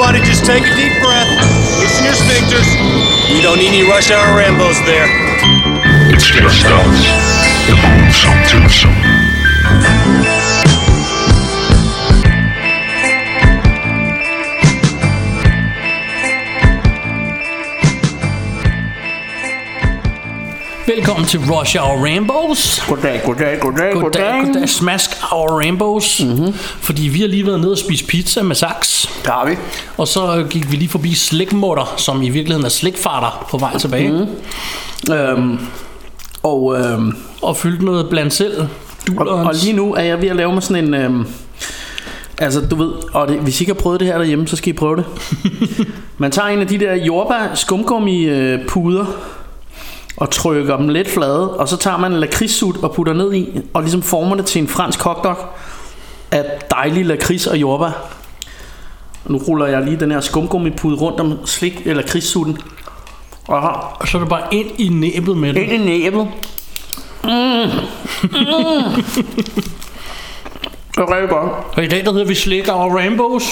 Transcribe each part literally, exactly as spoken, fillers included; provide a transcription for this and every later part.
Everybody just take a deep breath. Loosen your sphincters. We don't need any rush hour Rambos there. It's just us. The lonesome twosome. Velkommen til Rush Hour Rambos. Goddag, goddag, goddag, Goddag, goddag. Smask Hour Rambos. Mm-hmm. Fordi vi har lige været nede og spise pizza med Saks. Der har vi. Og så gik vi lige forbi Slikmutter, som i virkeligheden er slikfarter, på vej tilbage. Mm-hmm. øhm, Og øhm, Og fyldte noget blandt selv. og, og lige nu er jeg ved at lave mig sådan en øhm, altså du ved, og det, hvis I ikke har prøvet det her derhjemme, så skal I prøve det. Man tager en af de der jordbær skumgummi øh, puder og trykker dem lidt flade, og så tager man en lakridssut og putter ned i, og ligesom former det til en fransk hotdog af dejlig lakrids og jordbær. Og nu ruller jeg lige den her skumgummipude rundt om slik eller lakridssutten. Og har Og så er det bare ind i næbet med det. ind i næbet. Mm. Mm. Det er rigtig godt. Og i dag der hedder vi Slik Hour Rambos.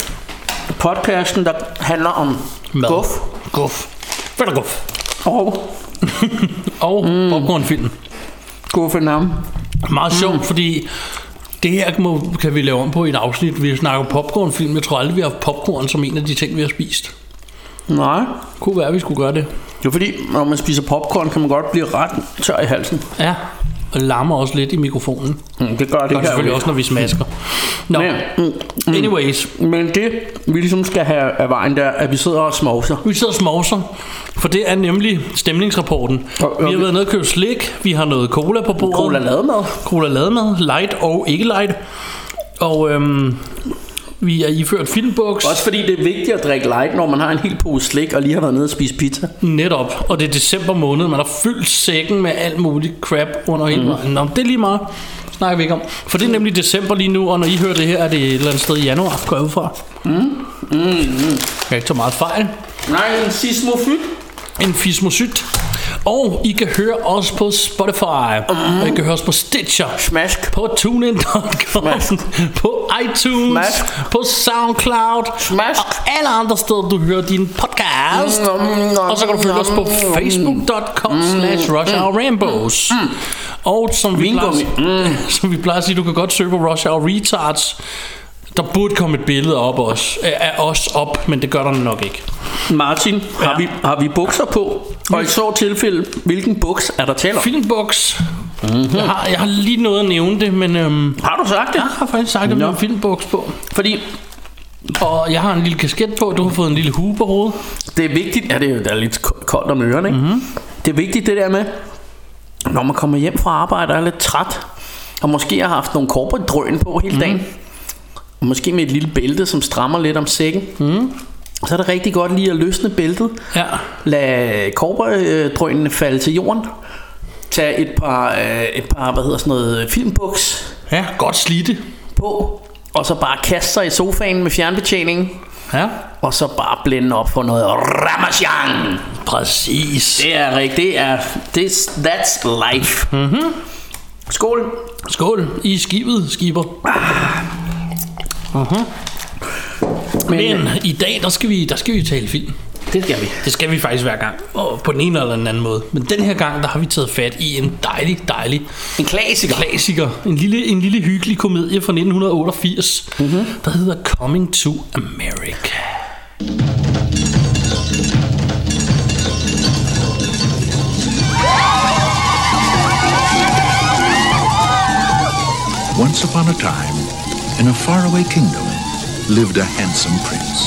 Podcasten, der handler om Mad. guf Guf. Hvad er der guf? og Og mm. popcornfilm. guffenam. Meget sjovt, mm. fordi det her må, kan vi lave om på i et afsnit. Vi snakker popcornfilm. Jeg tror aldrig vi har haft popcorn som en af de ting vi har spist. Nej. Kunne være at vi skulle gøre det. Det er fordi, når man spiser popcorn, kan man godt blive ret tør i halsen. Ja. Og larmer også lidt i mikrofonen. Mm, det gør det, Det gør her selvfølgelig jo. også når vi smasker. Nå, Men, mm, mm, anyways. Men det, vi ligesom skal have af vejen, der at vi sidder og smovser. Vi sidder og smovser. For det er nemlig stemningsrapporten. Og- og Vi har vi- været nede og købe slik. Vi har noget cola på bordet. Cola lademad. Cola lademad. Light og ikke light. Og øhm, vi er iført filmbuks. Også fordi det er vigtigt at drikke light, når man har en hel pose slik og lige har været nede og spise pizza. Netop. Og det er december måned. Man har fyldt sækken med alt muligt crap under hele Mhm. vejen. Nå, det er lige meget. Snakker vi ikke om. For det er nemlig december lige nu. Og når I hører det her, er det et eller andet sted i januar. Går jeg ud fra. Mm. Mm, mm. Jeg kan ikke tage meget fejl. Nej, en sismofyt. En fismosyt. Og I kan høre os på Spotify. Mm. Og I kan høre os på Stitcher. Smask. På TuneIn punktum com. På iTunes. Smask. På SoundCloud. Smask. Og alle andre steder du hører din podcast. Mm. Og så kan du følge os på facebook punktum com slash Rush Hour Rambos. Og som vi, plejer, som vi plejer at sige, du kan godt søge på Rush Hour Retards. Der burde komme et billede op os, af os op, men det gør der nok ikke. Martin, har, Ja. vi, har vi bukser på? Og i så tilfælde, hvilken buks er der tale om? Filmbuks. Mm-hmm. jeg, har, jeg har lige noget at nævne det, men øhm, Har du sagt det? jeg har faktisk sagt, at vi Nå. har en filmbuks på. Fordi Og jeg har en lille kasket på. Du har fået en lille hue på hovedet. det er vigtigt. Ja, det er, jo- det er lidt ko- koldt om ørerne, ikke? Mm-hmm. Det er vigtigt det der med, når man kommer hjem fra arbejde og er lidt træt, og måske har haft nogle korperdrøn på hele dagen, og måske med et lille bælte, som strammer lidt om sækken, mm. så er det rigtig godt lige at løsne bæltet. Ja. Lad korperdrønene falde til jorden. Tag et par, øh, et par hvad hedder sådan noget, filmbuks Ja, godt slidte. på, og så bare kaste sig i sofaen med fjernbetjeningen, Ja. og så bare blende op for noget Ramachan. Præcis. Det er rigtigt. Det er this, that's life. Mm-hmm. Skål. Skål i skibet, skipper. Uh-huh. Men, Men i dag, der skal vi, der skal vi tale film. det skal vi. Det skal vi faktisk hver gang, og på den ene eller den anden måde. Men den her gang, der har vi taget fat i en dejlig, dejlig En klassiker. klassiker. En lille, en lille hyggelig komedie fra nitten otteogfirs, mm-hmm. der hedder Coming to America. Once upon a time, in a faraway kingdom, lived a handsome prince.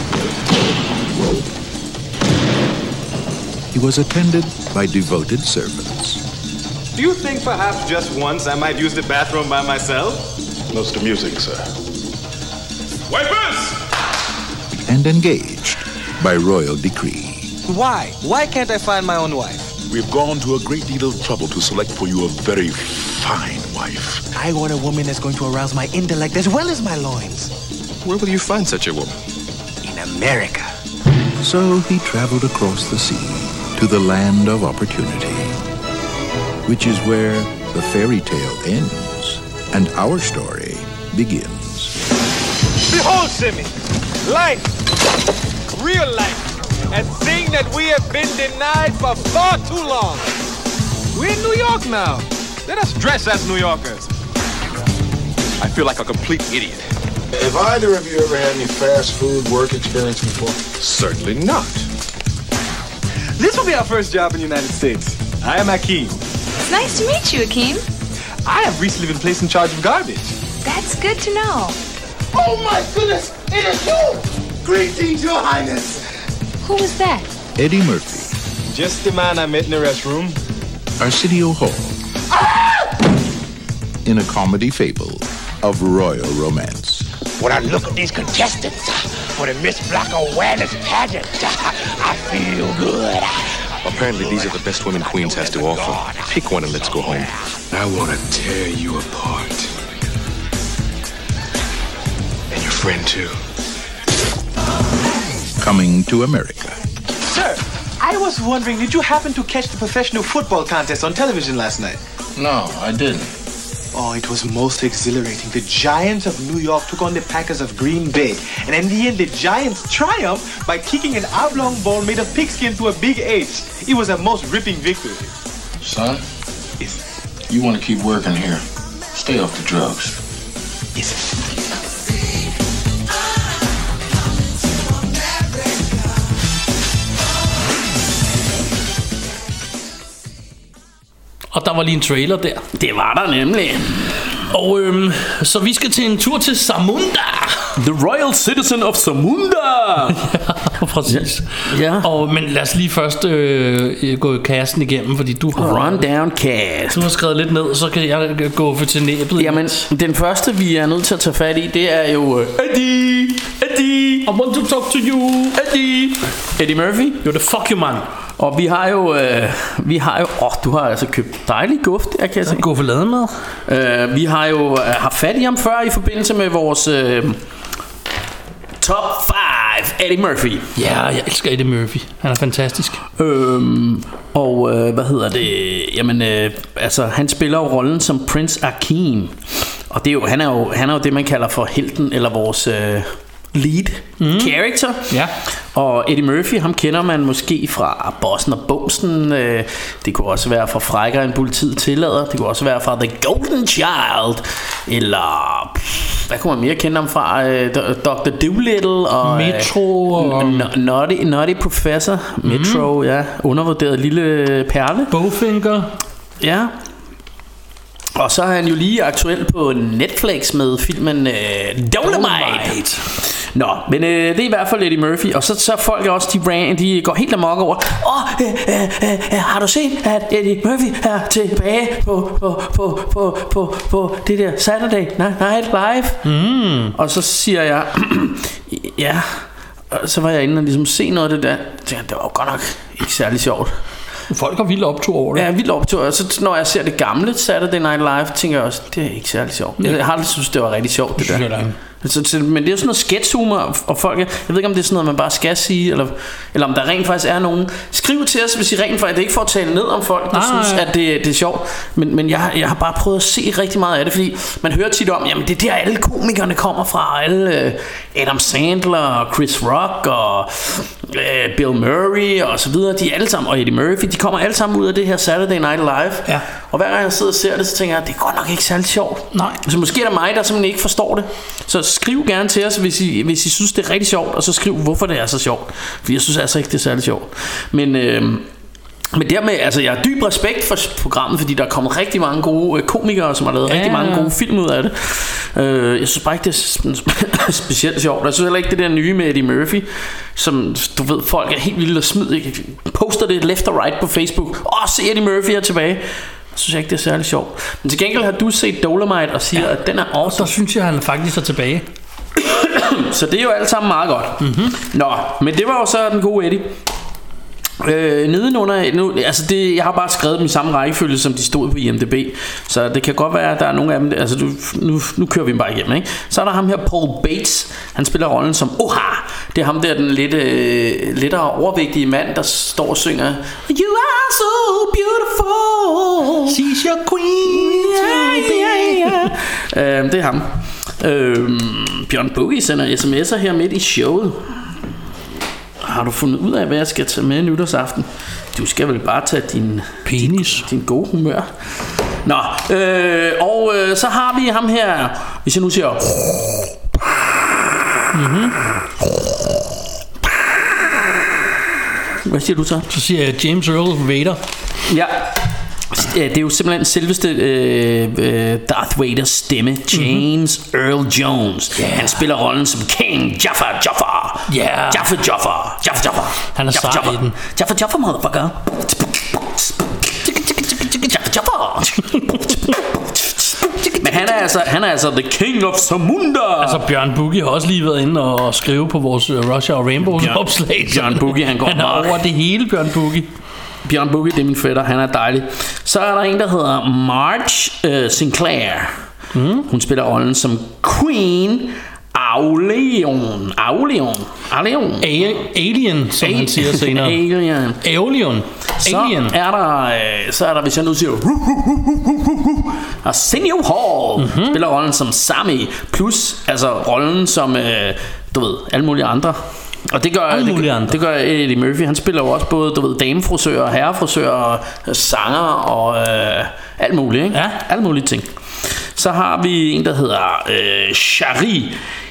He was attended by devoted servants. Do you think perhaps just once I might use the bathroom by myself? Most amusing, sir. Wipers! And engaged by royal decree. Why? Why can't I find my own wife? We've gone to a great deal of trouble to select for you a very fine wife. I want a woman that's going to arouse my intellect as well as my loins. Where will you find such a woman? In America. So he traveled across the sea to the land of opportunity, which is where the fairy tale ends and our story begins. Behold, Simi! Life Real life. A thing that we have been denied for far too long. We're in New York now. Let us dress as New Yorkers. I feel like a complete idiot. Have either of you ever had any fast food work experience before? Certainly not. This will be our first job in the United States. I am Hakeem. It's nice to meet you, Hakeem. I have recently been placed in charge of garbage. That's good to know. Oh my goodness, it is you! Greetings, Your Highness. Who was that? Eddie Murphy, Just the man I met in the restroom. Arsenio Hall, in a comedy fable of royal romance. When I look at these contestants for the Miss Black Awareness pageant, I feel good. Apparently, these are the best women Queens has to offer. Pick one and let's go home. I want to tear you apart. And your friend, too. Coming to America. Sir, I was wondering, did you happen to catch the professional football contest on television last night? No, I didn't. Oh, it was most exhilarating. The Giants of New York took on the Packers of Green Bay. And in the end, the Giants triumphed by kicking an oblong ball made of pigskin to a big H. It was a most ripping victory. Son, Yes. you want to keep working here. Stay off the drugs. Yes. Og der var lige en trailer der. Det var der nemlig. Og øhm, så vi skal til en tur til Zamunda. The Royal Citizen of Zamunda. Ja, præcis. Ja. Og, men lad os lige først øh, gå casten igennem, fordi du har, Rundown cast. du har skrevet lidt ned, så kan jeg gå for til næbet. Jamen, den første vi er nødt til at tage fat i, det er jo uh, Eddie, Eddie, I want to talk to you. Eddie, Eddie Murphy. You're the fuck you man. Og vi har jo, øh, vi har jo, åh, du har altså købt dejlig guft, jeg kan se. Gå for laden med. Øh, vi har jo øh, haft fat i ham før i forbindelse med vores øh, top fem Eddie Murphy. Ja, jeg elsker Eddie Murphy. Han er fantastisk. Øhm, og øh, hvad hedder det? Jamen, øh, altså, han spiller jo rollen som Prince Akeem. Og det er jo, han, er jo, han er jo det, man kalder for helten, eller vores øh, lead mm. character. Ja. Og Eddie Murphy, ham kender man måske fra Bossen og Bumsen. Øh, det kunne også være fra Frækkere end politiet tillader. Det kunne også være fra The Golden Child. Eller pff, hvad kunne man mere kende ham fra? Øh, doktor Dolittle og Metro og N- Naughty, Naughty Professor. mm. Metro, ja. Undervurderet lille perle. Bowfinger. Ja. Og så er han jo lige aktuel på Netflix med filmen øh, Dolomite. Dolomite. Nå, men øh, det er i hvert fald Eddie Murphy. Og så, så folk også, de, ran, de går helt amok over. Åh, øh, øh, øh, har du set, at Eddie Murphy er tilbage på, på, på, på, på, på det der Saturday Night Live? Mm. Og så siger jeg, ja. Og så var jeg inde og ligesom se noget af det der. Det var jo godt nok ikke særlig sjovt. Folk har vildt optur over det. Ja, vildt optur. Og så når jeg ser det gamle Saturday Night Live, tænker jeg også, det er ikke særlig sjovt. Jeg har aldrig synes det var rigtig sjovt, det der. Så, så, men det er jo sådan noget sketchhumor. Og folk, jeg ved ikke om det er sådan noget man bare skal sige, eller, eller om der rent faktisk er nogen. Skriv til os, hvis I rent faktisk, det er ikke for at tale ned om folk, der nej, synes at det, det er sjovt. Men, men jeg, jeg har bare prøvet at se rigtig meget af det. Fordi man hører tit om, jamen det er der alle komikerne kommer fra. Alle uh, Adam Sandler, Chris Rock og uh, Bill Murray og så videre. De er alle sammen, og Eddie Murphy, de kommer alle sammen ud af det her Saturday Night Live. Ja. Og hver gang jeg sidder og ser det, så tænker jeg, det er godt nok ikke særlig sjovt. Nej. Så måske er der mig, der simpelthen ikke forstår det. Så skriv gerne til os, hvis I, hvis I synes det er rigtig sjovt. Og så skriv hvorfor det er så sjovt. For jeg synes altså ikke det er særlig sjovt. Men øh, Men dermed, altså jeg har dyb respekt for programmet, fordi der er kommet rigtig mange gode komikere, som har lavet ja. rigtig mange gode film ud af det. uh, Jeg synes bare ikke det er specielt sjovt. Jeg synes heller ikke det der nye med Eddie Murphy, som du ved, folk er helt vilde og smid, poster det left og right på Facebook. Åh, oh, se Eddie Murphy er tilbage. Jeg synes ikke det er særlig sjovt. Men til gengæld har du set Dolomite og siger ja. at den er awesome. Så synes jeg han faktisk er tilbage. Så det er jo alt sammen meget godt. mm-hmm. Nå, men det var jo så den gode Eddie. Øh, nedenunder nu, altså det, jeg har bare skrevet dem i samme rækkefølge som de stod på I M D B. Så det kan godt være at der er nogle af dem. Altså du, nu, nu kører vi dem bare igennem, ikke? Så er der ham her Paul Bates. Han spiller rollen som Oha. Det er ham der, den lidt øh, lettere overvægtige mand, der står og synger You are so beautiful, she's your queen, yeah, yeah, yeah. øh, Det er ham. øh, Bjørn Boogie sender sms'er her midt i showet. har du fundet ud af, hvad jeg skal tage med nytårsaften? Du skal vel bare tage din penis, din, din gode humør. Nå, øh, og øh, så har vi ham her. Hvis jeg nu siger mm-hmm. Hvad siger du så? Så siger jeg James Earl Vader. Ja. Det er jo simpelthen selveste øh, øh, Darth Vaders stemme, James mm-hmm. Earl Jones. Yeah. Han spiller rollen som King Jaffa Jaffa. Yeah. Jaffa Jaffa. Jaffa Jaffa. Han er Jaffa, sej i den. Jaffa Jaffa, motherfucker. Jaffa Jaffa. Men han er altså, han er altså the king of Zamunda. Altså Bjørn Bugge har også lige været inde og skrive på vores Rush Hour Rainbows Bjørn, opslag. Bjørn Bugge, han går han er over det hele, Bjørn Bugge. Bjørn Bugge, det er min fætter, han er dejlig. Så er der en, der hedder Marge uh, Sinclair. Mm. Hun spiller rollen som Queen Auleon. Auleon. Auleon. Alien, som A- han siger senere. Alien. Alien. Så Alien. er der, øh, så er der, hvis jeg nu siger Arsenio Hall mm-hmm. spiller rollen som Sami, plus altså rollen som, øh, du ved, alle mulige andre. Og det gør, det, det, det gør Eddie Murphy. Han spiller jo også både, du ved, damefrisør, herrefrisør, sanger og øh, alt muligt, ikke? Ja. Alt mulige ting. Så har vi en, der hedder øh, Shari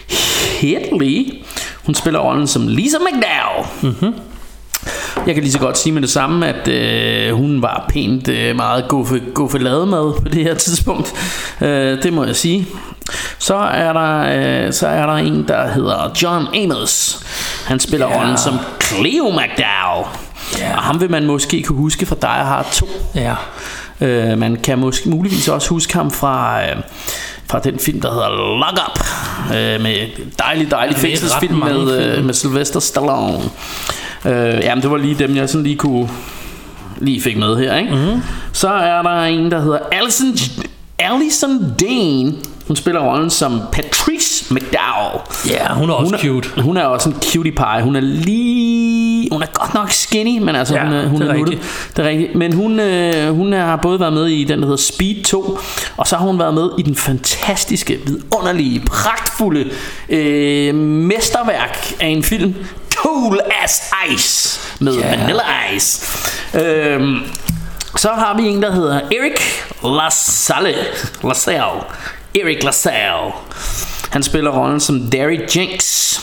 Headley. Hun spiller rollen som Lisa McDowell. Mm-hmm. Jeg kan lige så godt sige med det samme, at øh, hun var pænt øh, meget guffe, guffe lademad på det her tidspunkt. øh, Det må jeg sige. Så er der øh, Så er der en, der hedder John Amos. Han spiller yeah. rollen som Cleo McDowell. yeah. Og ham vil man måske kunne huske fra Die Hard to. yeah. øh, Man kan måske muligvis også huske ham fra øh, fra den film, der hedder Lock Up, øh, med dejlig, dejlig fængselsfilm med, øh, med Sylvester Stallone. øh, Jamen det var lige dem, jeg sådan lige kunne lige fik med her, ikke? Mm-hmm. Så er der en, der hedder Alison Alison Dane. Hun spiller rollen som Patrice McDowell. Ja, yeah, hun er også hun er, cute. Hun er også en cutie pie. Hun er lige, hun er godt nok skinny, men altså ja, hun er, hun det er, er rigtigt. Det er rigtigt. Men hun øh, hun har både været med i den, der hedder Speed to, og så har hun været med i den fantastiske, vidunderlige, pragtfulde øh, mesterværk af en film, Cool as Ice, med yeah. Vanilla Ice. Øh, Så har vi en, der hedder Eric LaSalle. LaSalle. Eric LaSalle. Han spiller rollen som Derry Jinx.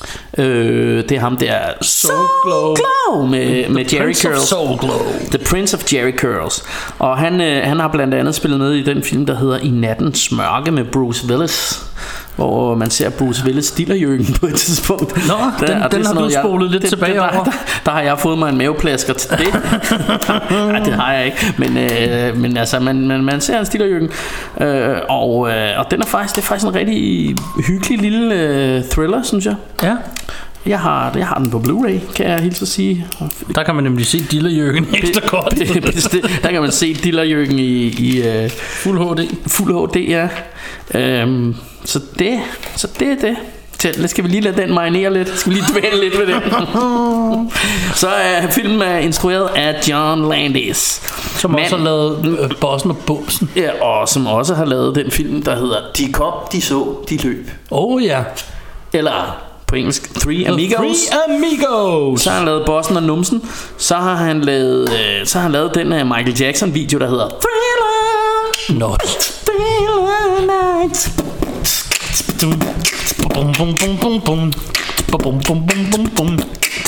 Øh, det er ham der Soul Glow, Glow med, med Jerry Curls. Soul Glow. The Prince of Jerry Curls. Og han, øh, han har blandt andet spillet med i den film, der hedder I nattens mørke med Bruce Willis, hvor man ser Bruce Willis dillerjøkken på et tidspunkt. Nå, der, den, den har du spolet jeg, lidt det, tilbage der, over. Der, der har jeg fået mig en maveplasker til det. Nej, det har jeg ikke. Men, øh, men altså, man, man, man ser hans dillerjøkken. Øh, og, øh, og den er faktisk, det er faktisk en rigtig hyggelig lille øh, thriller, synes jeg. Ja. Jeg har, jeg har den på Blu-ray, kan jeg hilse at sige. Der kan man nemlig se dillerjøkken ekstra godt. Der kan man se dillerjøkken i, i uh, fuld H D. Fuld H D, ja. Um, så det, så det er det. Så skal vi lige lade den marinere lidt. Skal vi lige dvæle lidt ved den. Så er uh, filmen er instrueret af John Landis, som Man, også har lavet uh, Bossen og Bumsen. Ja, og som også har lavet den film, der hedder De kom, de så, de løb. Oh ja. Eller på engelsk Three Amigos. Three Amigos. Så har han lavet Bossen og Numsen. Så har han lavet øh, Så har han lavet den her Michael Jackson video, der hedder Thriller Not Thriller Nights. Bum bum bum bum bum bum bum bum bum.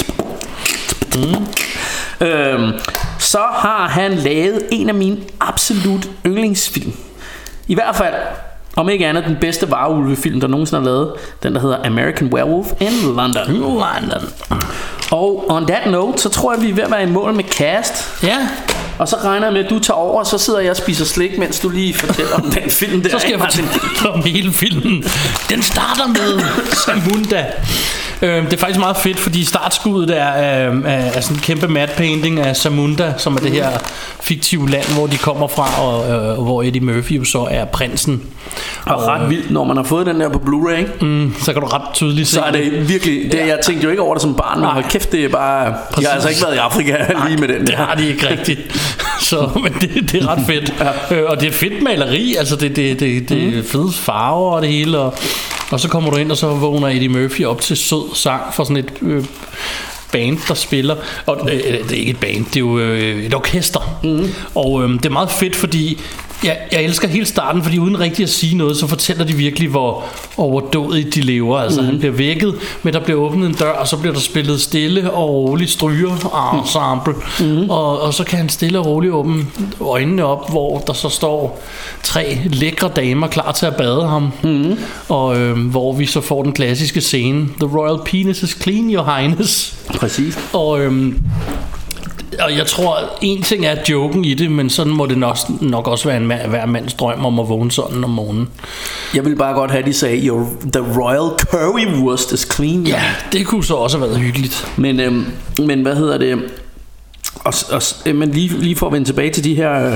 Øhm, så har han lavet en af mine absolut yndlingsfilm. I hvert fald, om ikke andet, den bedste varulvefilm, der nogensinde har lavet. Den, der hedder American Werewolf in London. London. Og on that note, så tror jeg, vi er ved at være i mål med cast. Ja. Og så regner jeg med, at du tager over, og så sidder jeg og spiser slik, mens du lige fortæller om den film der. Så skal jeg fortælle om hele filmen. Den starter med Zamunda. Øh, det er faktisk meget fedt, fordi startskuddet er, øh, er sådan en kæmpe matte painting af Zamunda, som er det her fiktive land, hvor de kommer fra, og, øh, og hvor Eddie Murphy jo så er prinsen. Og, og ret vildt, når man har fået den der på Blu-ray, mm, så kan du ret tydeligt se. Så er det virkelig, det, jeg tænkte jo ikke over det som barn, men kæft, det er bare, præcis. Jeg har altså ikke været i Afrika nej, lige med den. Det har de ikke rigtigt. Så, men det, det er ret fedt. Ja. øh, Og det er fedt maleri. Altså det, det, det, det mm. er fede farver og det hele. Og, og så kommer du ind, og så vågner Eddie Murphy op til sød sang for sådan et øh, band, der spiller. Og øh, det er ikke et band, det er jo øh, et orkester. Mm. Og øh, det er meget fedt, fordi jeg, jeg elsker helt starten, fordi uden rigtig at sige noget, så fortæller de virkelig, hvor overdådigt de lever. Altså, mm. han bliver vækket, men der bliver åbnet en dør, og så bliver der spillet stille og roligt stryger ensemble. Mm. Og, og så kan han stille og roligt åbne øjnene op, hvor der så står tre lækre damer klar til at bade ham. Mm. Og øh, hvor vi så får den klassiske scene: The royal penis is clean, your highness. Præcis. Og øh, Og jeg tror, en ting er joken i det, men sådan må det nok, nok også være en mand, hver mands drøm om at vågne sådan om morgenen. Jeg vil bare godt have, at de sagde, Your, the royal currywurst is clean. Ja, det kunne så også have været hyggeligt. Men, øhm, men hvad hedder det? Og, og, men lige, lige for at vende tilbage til de her,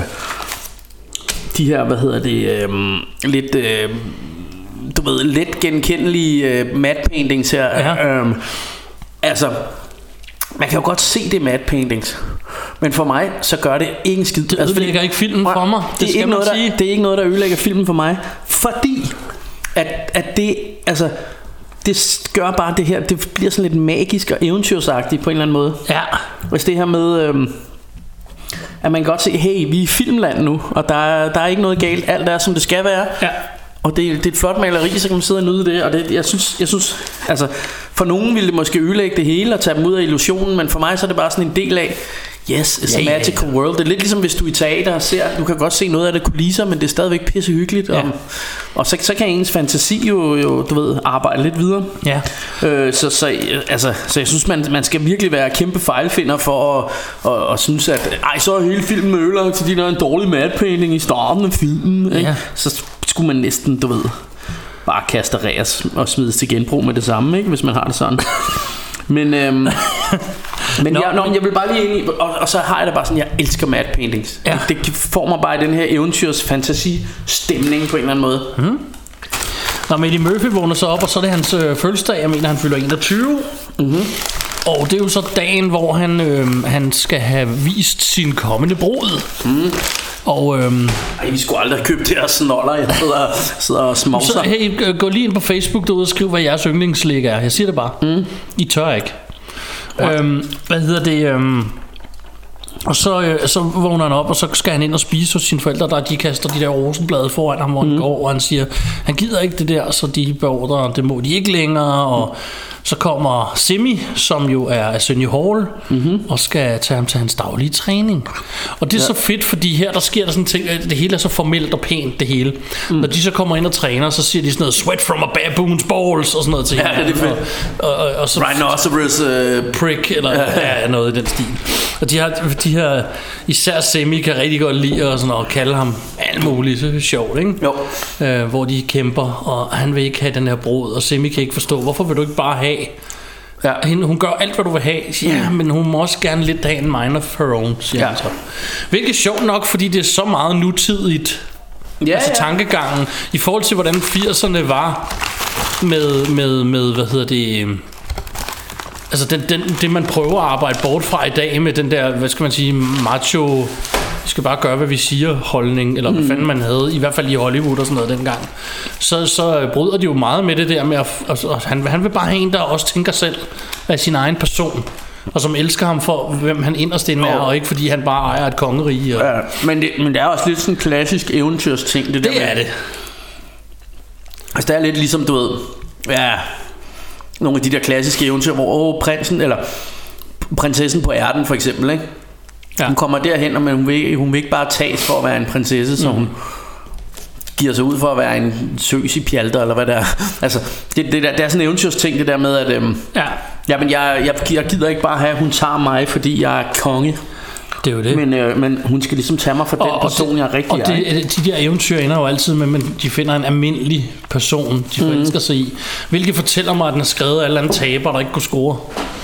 de her, hvad hedder det, øhm, lidt, øh, du ved, let genkendelige øh, matte paintings her. Ja. Øhm, altså... Man kan jo godt se det matte paintings, men for mig så gør det ikke en skid. Det ødelægger ikke filmen for mig. Det, det, er ikke noget, der, det er ikke noget, der ødelægger filmen for mig, fordi at, at det, altså, det gør bare det her, det bliver sådan lidt magisk og eventyrsagtigt på en eller anden måde. Ja. Hvis det her med, øhm, at man kan godt se, hey, vi er i filmland nu, og der er, der er ikke noget galt, alt er som det skal være. Ja. Og det, det er et flot maleri, så kan man sidde og nyde det. Og det, jeg synes, jeg synes, altså, for nogen ville det måske ødelægge det hele og tage dem ud af illusionen, men for mig så er det bare sådan en del af, yes, it's ja, a magical ja, ja. world. Det er lidt ligesom hvis du er i teater og ser, du kan godt se noget af det kulisser, men det er stadigvæk pisse hyggeligt. Ja. Og, og så, så kan ens fantasi jo, jo, du ved, arbejde lidt videre. Ja. Øh, så, så, altså, så jeg synes, man, man skal virkelig være kæmpe fejlfinder for at og, og synes, at ej, så er hele filmen ødelagt, fordi der er en dårlig matte painting i starten af filmen. Ikke? Ja. Så skulle man næsten, du ved, bare kastereres og smides til genbrug med det samme, ikke, hvis man har det sådan. Men øhm, men, nå, jeg, nå, men jeg vil bare lige ind i, og, og så har jeg det bare sådan, jeg elsker matte paintings. Ja. Det, det får mig bare i den her eventyrs fantasi stemning på en eller anden måde. Mm. Nå, men Eddie Murphy vågner så op, og så er det hans øh, fødselsdag. Jeg mener, han fylder enogtyve. Mm-hmm. Og det er jo så dagen, hvor han, øh, han skal have vist sin kommende brud. Mm. Og øhm, ej, vi skulle aldrig have købt det her snoller. Jeg sidder, sidder og smovser. Så hey, gå lige ind på Facebook derude og skriv, hvad jeres yndlingslæg er. Jeg siger det bare. Mm. I tør ikke. øhm, Hvad hedder det? Øhm, og så, øh, så vågner han op, og så skal han ind og spise hos sine forældre. Der de kaster de der rosenblade foran ham, hvor han mm. går, og han siger, han gider ikke det der, så de beordrer, det må de ikke længere. Og mm. så kommer Simi, som jo er af Sonny Hall, mm-hmm. og skal tage ham til hans daglige træning. Og det er ja. så fedt, fordi her der sker der sådan ting, det hele er så formelt og pænt, det hele. Mm. Når de så kommer ind og træner, så siger de sådan noget, sweat from a baboon's balls, og sådan noget til ja, hinanden. Det er fedt. Og, og, og så Rhinoceros uh... prick, eller ja. Ja, noget i den stil. Og de har, de her, især Semi kan rigtig godt lide at sådan at kalde ham alt muligt, så det er sjovt, ikke? Jo. Øh, hvor de kæmper, og han vil ikke have den her brud, og Semi kan ikke forstå, hvorfor vil du ikke bare have. Ja. Hende, hun gør alt hvad du vil have. Ja, men hun må også gerne lidt have en mind of her own, siger ja. så. Hvilket er sjovt nok, fordi det er så meget nutidigt. Ja, altså ja. tankegangen i forhold til hvordan firserne var med, med, med hvad hedder det, altså den, den, det man prøver at arbejde bort fra i dag med den der, hvad skal man sige, macho, vi skal bare gøre hvad vi siger holdning, eller hvad mm. fanden man havde, i hvert fald i Hollywood og sådan noget dengang. Så, så bryder de jo meget med det der med at, og, og han, han vil bare have en der også tænker selv af sin egen person, og som elsker ham for hvem han inderst inde er, og ikke fordi han bare ejer et kongerige. Og... Ja, men, det, men det er også lidt sådan en klassisk eventyrs ting, det der. Det er med, det. Altså det er lidt ligesom, du ved, ja, nogle af de der klassiske eventyr, hvor oh, prinsen eller prinsessen på ærten for eksempel, ikke? Ja. Hun kommer derhen, men hun vil, hun vil ikke bare tages for at være en prinsesse, så mm. hun giver sig ud for at være en søs i pjalter, eller hvad det er. Altså, det, det, der, det er sådan en eventyrs ting, det der med, at øhm, ja. Jamen, jeg, jeg, jeg gider ikke bare have, at hun tager mig, fordi jeg er konge. Det er jo det. Men, øh, men hun skal ligesom tage mig for og, den person, det, jeg er rigtig og det, de der eventyr ender jo altid med, at de finder en almindelig person, de forelsker mm. sig i. Hvilket fortæller mig, at den er skrevet af en eller anden taber, der ikke kunne score.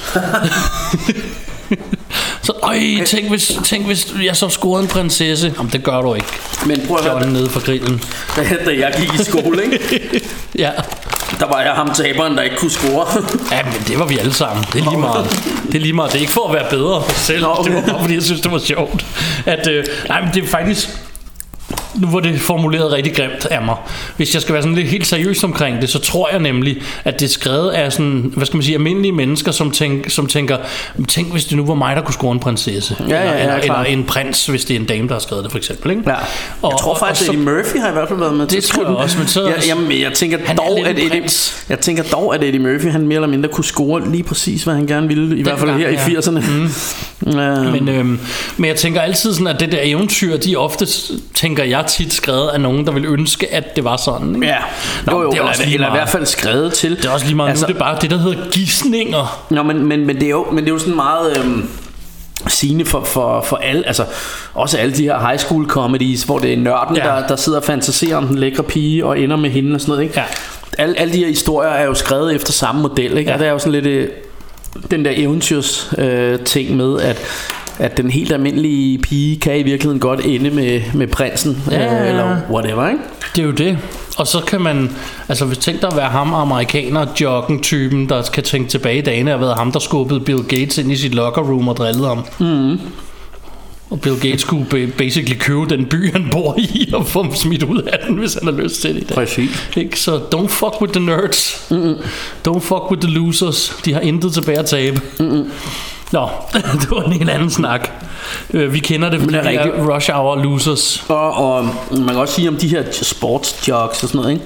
Så øj, tænk hvis, tænk hvis jeg så scorede en prinsesse. Jamen det gør du ikke. Men prøv at høre den nede fra grillen. Da jeg gik i skole, ikke? Ja. Der var jeg ham taberen, der ikke kunne score. Ja, men det var vi alle sammen. Det er lige meget. Det er lige meget. Det er ikke for at være bedre selv. Nå, okay. Det var bare fordi jeg synes det var sjovt. At øh, nej, men det er faktisk nu var det formuleret rigtig grimt af mig. Hvis jeg skal være sådan lidt helt seriøs omkring det, så tror jeg nemlig, at det er skrevet af sådan, hvad skal man sige, almindelige mennesker, som, tænk, som tænker, tænk hvis det nu var mig, der kunne score en prinsesse. Ja, ja, ja, eller, ja, eller en prins, hvis det er en dame, der har skrevet det, for eksempel. Ikke? Ja. Og, jeg tror faktisk, at Eddie Murphy har i hvert fald været med til det tror jeg også, men så, jeg, jamen, jeg tænker dog, at Eddie, jeg tænker dog, at Eddie Murphy, han mere eller mindre kunne score lige præcis, hvad han gerne ville, i den hvert fald gang, her ja. i firserne. Mm. um. men, øhm, men jeg tænker altid sådan, at det der eventyr, de ofte, tænker jeg tit, skrevet af nogen, der vil ønske, at det var sådan. Ikke? Ja, Nå, jo, jo, det er også eller, eller i hvert fald skrevet til. Det er også lige meget, altså, nu det er bare det, der hedder gisninger. Nå, men, men, men, det, er jo, men det er jo sådan meget... Øhm, sigende for, for, for alle, altså også alle de her high school comedies, hvor det er nørden, ja. der, der sidder og fantaserer om den lækre pige og ender med hende og sådan noget, ikke? Ja. Alle, alle de her historier er jo skrevet efter samme model, ikke? Ja. Og der er jo sådan lidt øh, den der eventyrs øh, ting med, at at den helt almindelige pige kan i virkeligheden godt ende med, med prinsen, ja. øh, eller whatever, ikke? Det er jo det. Og så kan man, altså hvis tænk dig at være ham amerikaner joggen-typen, der kan tænke tilbage i dagene, og været ham, der skubbede Bill Gates ind i sit locker room og drillede ham. Mm. Og Bill Gates skulle basically købe den by, han bor i, og få ham smidt ud af den, hvis han har lyst til det. Præcis. Ikke? Så don't fuck with the nerds. Mm-mm. Don't fuck with the losers. De har intet tilbage at tabe. Mm-mm. Nå, det var en helt anden snak. Vi kender det, fordi det er, er rush hour losers. Og, og man kan også sige om de her sports jocks og sådan noget, ikke?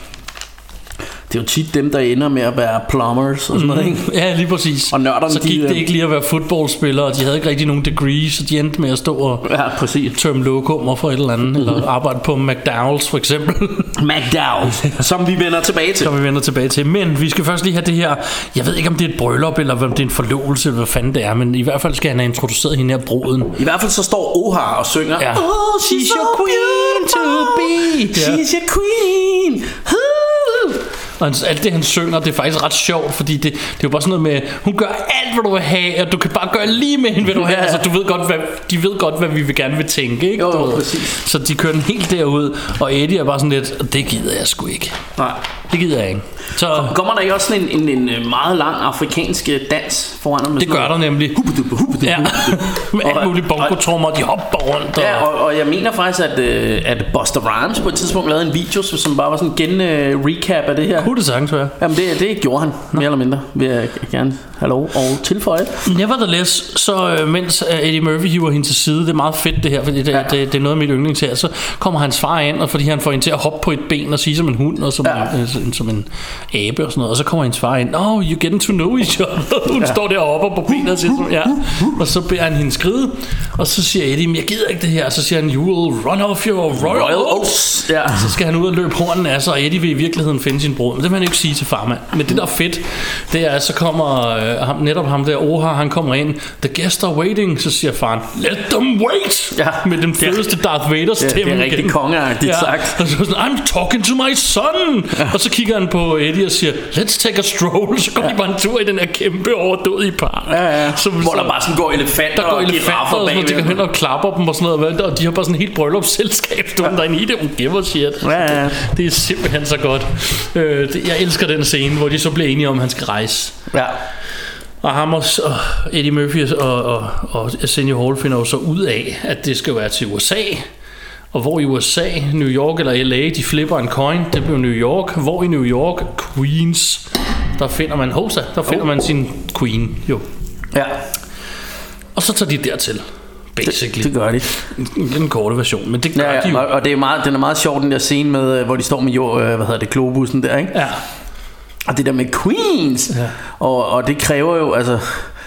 Det er jo tit dem, der ender med at være plumbers og sådan noget, ikke? Ja, lige præcis. Og nørderne, så gik de, det ikke lige at være fodboldspillere, og de havde ikke rigtig nogen degree, så de endte med at stå og ja, præcis. tømme lokummer for et eller andet, mm-hmm. eller arbejde på McDowell's for eksempel. McDowell's, som vi vender tilbage til. Som vi vender tilbage til. Men vi skal først lige have det her, jeg ved ikke om det er et bryllup, eller om det er en forlovelse, eller hvad fanden det er, men i hvert fald skal han have introduceret hende her bruden. I hvert fald så står Ohar og synger, ja. Oh, she's, she's your queen to be. She's your queen. Og alt det han synger, det er faktisk ret sjovt, fordi det, det er jo bare sådan noget med, hun gør alt hvad du vil have, og du kan bare gøre lige med hende hvad du vil have. Altså du ved godt hvad, de ved godt hvad vi vil gerne vil tænke, ikke? Jo, jo, præcis. Så de kører den helt derud, og Eddie er bare sådan lidt, det gider jeg sgu ikke. Nej, det gider jeg ikke. Så kommer der ikke også sådan en, en, en meget lang afrikansk dans foran ham? Det gør der nemlig. Ja. Med alt muligt bongotrummer, de hopper rundt. Og... Ja, og, og jeg mener faktisk, at, at Busta Rhymes på et tidspunkt lavede en video, som bare var sådan en gen-recap af det her. Kunne det sagtens være? Jamen det, det gjorde han, Nå. mere eller mindre, vil jeg gerne have lov og tilføje. Nevertheless, så mens Eddie Murphy hiver hende til side, det er meget fedt det her, fordi det, ja. det, det er noget af mit yndlings her, så kommer hans far ind, og fordi han får hende til at hoppe på et ben og sige som en hund, og som, ja. en, som en abe og sådan noget, og så kommer hendes far ind, oh, you getting to know each other. Hun ja. står der og hopper på benet og siger sådan, ja. Og så beder han hende skride, og så siger Eddie, jeg gider ikke det her, og så siger han, you will run off your royal, royal oats. Ja. Så skal han ud og løbe hornen af sig, og Eddie vil i virkeligheden finde sin brud, men det vil han ikke sige til farmand. Men det der er fedt, det er, at så kommer øh, ham, netop ham der Ohar, han kommer ind, the guests are waiting, så siger faren, let them wait, ja. med den fedeste Darth Vader stemme. Ja, det er rigtig kongeagtigt ja. sagt. Og så sådan, I'm talking to my son. Ja. Og så kigger han på Eddie og siger, let's take a stroll. Så går ja. de bare en tur i den her kæmpe overdødige park. Ja, ja. Så, hvor så, der bare sådan går elefanter, der går og elefanter og de går hen og klapper dem og sådan noget, og de har bare sådan et helt bryllupsselskab stående ja. derinde i det. Hun giver shit. Ja, ja. Det er simpelthen så godt. Øh, det, jeg elsker den scene, hvor de så bliver enige om, at han skal rejse. Ja. Og ham og, og Eddie Murphy og, og, og Arsenio Hall finder jo så ud af, at det skal være til U S A. Og hvor i U S A, New York eller L A, de flipper en coin, det blev New York. Hvor i New York, Queens, der finder man Hosa, der finder oh. man sin queen, jo. Ja. Og så tager de dertil. Basically. Det, det gør de. Den korte version, men det gør ja, ja, de jo. Og det er meget, den er meget sjov, den der scene med, hvor de står med jord, hvad hedder det, globussen der, ikke? Ja. Og det der med Queens, ja. og, og det kræver jo, altså...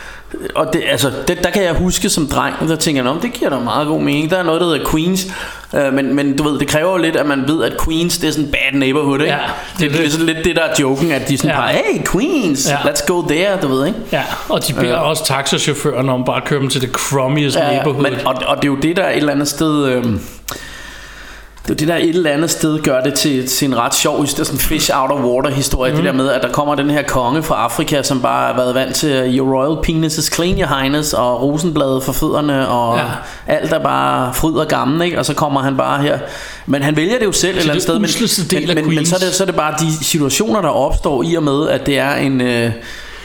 Og det, altså, det, der kan jeg huske som dreng, der tænker jeg, det giver da meget god mening. Der er noget, der hedder Queens, øh, men, men du ved, det kræver jo lidt, at man ved, at Queens, det er sådan bad neighborhood, ikke? Ja, det, det, det er sådan lidt det, der er joken, at de sådan ja. bare, hey, Queens, ja. let's go there, du ved, ikke? Ja, og de beder øh. også taxachaufføren om bare at køre dem til det crummiest ja, neighborhood. Men, og, og det er jo det, der et eller andet sted... Øh, Det er det der et eller andet sted gør det til, til en ret sjov, det er sådan fish out of water historie, mm. det der med at der kommer den her konge fra Afrika, som bare har været vant til your royal penis is clean, your highness, og rosenblade for fødderne, og ja. alt er bare fryd og gammel, ikke? Og så kommer han bare her, men han vælger det jo selv et eller andet sted, men, men, men, men så, er det, så er det bare de situationer, der opstår i og med, at det er en øh,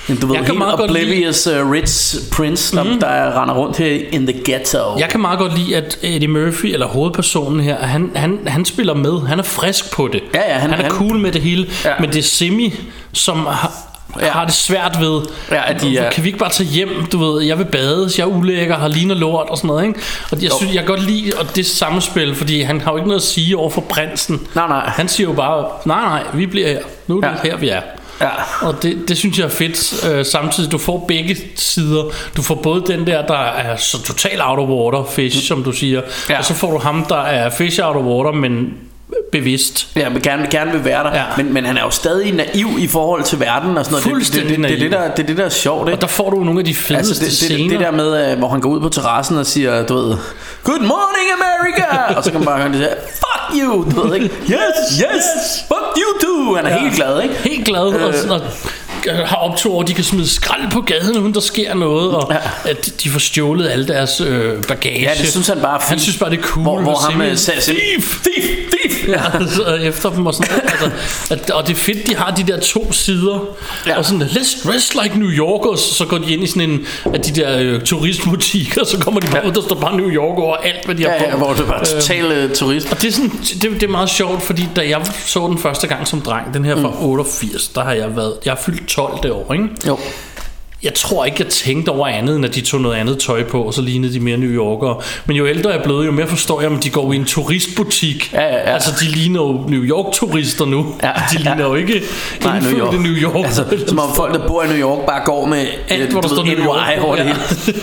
Men du ved, Jeg kan helt meget godt oblivious uh, rich prince, der, mm. der render rundt her in the ghetto. Jeg kan meget godt lide, at Eddie Murphy, eller hovedpersonen her, han, han, han spiller med. Han er frisk på det. Ja, ja, han, han er han, cool med det hele. Ja. Men det er Simi, som har, ja. har det svært ved, ja, at de er... kan vi ikke bare tage hjem, du ved, jeg vil bades, jeg er ulækker, har ligner lort og sådan noget, ikke? Og jeg synes, jeg kan godt lide og det samspil, fordi han har jo ikke noget at sige over for prinsen. Nej, nej. Han siger jo bare, nej, nej, vi bliver her. Nu er det ja. her, vi er. Ja. Og det, det synes jeg er fedt. øh, Samtidig du får begge sider. Du får både den der, der er så total out of water fish, mm. som du siger, ja. Og så får du ham, der er fish out of water, men bevidst. Ja, men gerne, gerne vil være der, ja. men, men han er jo stadig naiv i forhold til verden og sådan noget. Fuldstændig det, det, det, det, det, der, det er det, der er sjovt, ikke? Og der får du nogle af de fedeste altså, det, det, scener. Det der med, hvor han går ud på terrassen og siger, du ved, good morning America, og så kan man bare høre, det fuck you, du ved ikke, yes, yes, fuck you too. Han er ja. helt glad, ikke? Helt glad, øh. og, og har optur over, de kan smide skrald på gaden, uden der sker noget, og ja. at de får stjålet alle deres øh, bagage. Ja, det synes han bare er fint. Han synes bare, det er cool. Hvor, hvor ham med thief, thief, thief. Ja, så efter dem og sådan noget. Altså, at, og det er fedt, de har de der to sider, ja. og sådan, let's dress like New Yorkers, så går de ind i sådan en af de der øh, turistbutikker, så kommer de bare ja. ud, der står bare New York over alt, hvad de har ja, på. Ja, hvor det var total øh, turist. Og det er, sådan, det, det er meget sjovt, fordi da jeg så den første gang som dreng, den her fra mm. otteogfirs, der har jeg været, jeg har fyldt tolv det år, ikke? Jo. Jeg tror ikke, jeg tænkte over andet, end at de tog noget andet tøj på, og så lignede de mere New Yorkere. Men jo ældre jeg er blevet, jo mere forstår jeg, at de går i en turistbutik. Ja, ja, ja. Altså, de ligner jo New York-turister nu. Ja, de ligner ja. jo ikke Nej, New York. New York. Altså, som om folk, der bor i New York, bare går med alt, hvor der står New York over det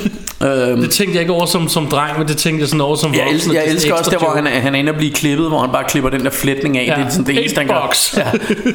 hele. Det tænkte jeg ikke over som, som dreng, men det tænkte jeg sådan over som voksen. Jeg elsker, jeg elsker også der, hvor han, han er inde og blive klippet, hvor han bare klipper den der flætning af. Ja. Det er sådan det eneste, han gør. Ja.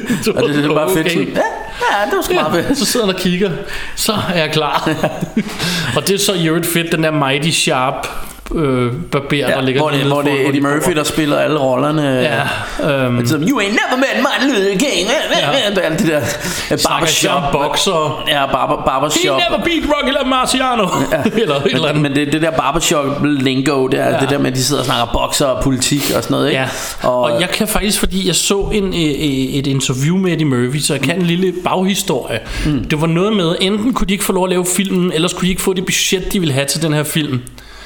Og det er bare fedt. Sådan, ja, ja, det var sgu meget fedt. Så sidder han og kigger. Så er jeg klar. Og det er så i øvrigt fedt, den der Mighty Sharp øh, barber, ja, der ligger hvor det, hvor det er Eddie Murphy, der spiller alle rollerne. Ja, um, you ain't never met Martin Luther King. Ja. Alt det der barbershop boxer. Ja, barber, barbershop. He never beat Rocky LaMarciano. Ja. eller et men, eller andet. Men det, det der barbershop lingo, det er ja. det der med, at de sidder og snakker boxer og politik og sådan noget, ikke? Ja. Og, og jeg kan faktisk, fordi jeg så en, et, et interview med Eddie Murphy, så jeg kan mm. en lille baghistorie. Mm. Det var noget med, enten kunne de ikke få lov at lave filmen, ellers kunne de ikke få det budget, de ville have til den her film.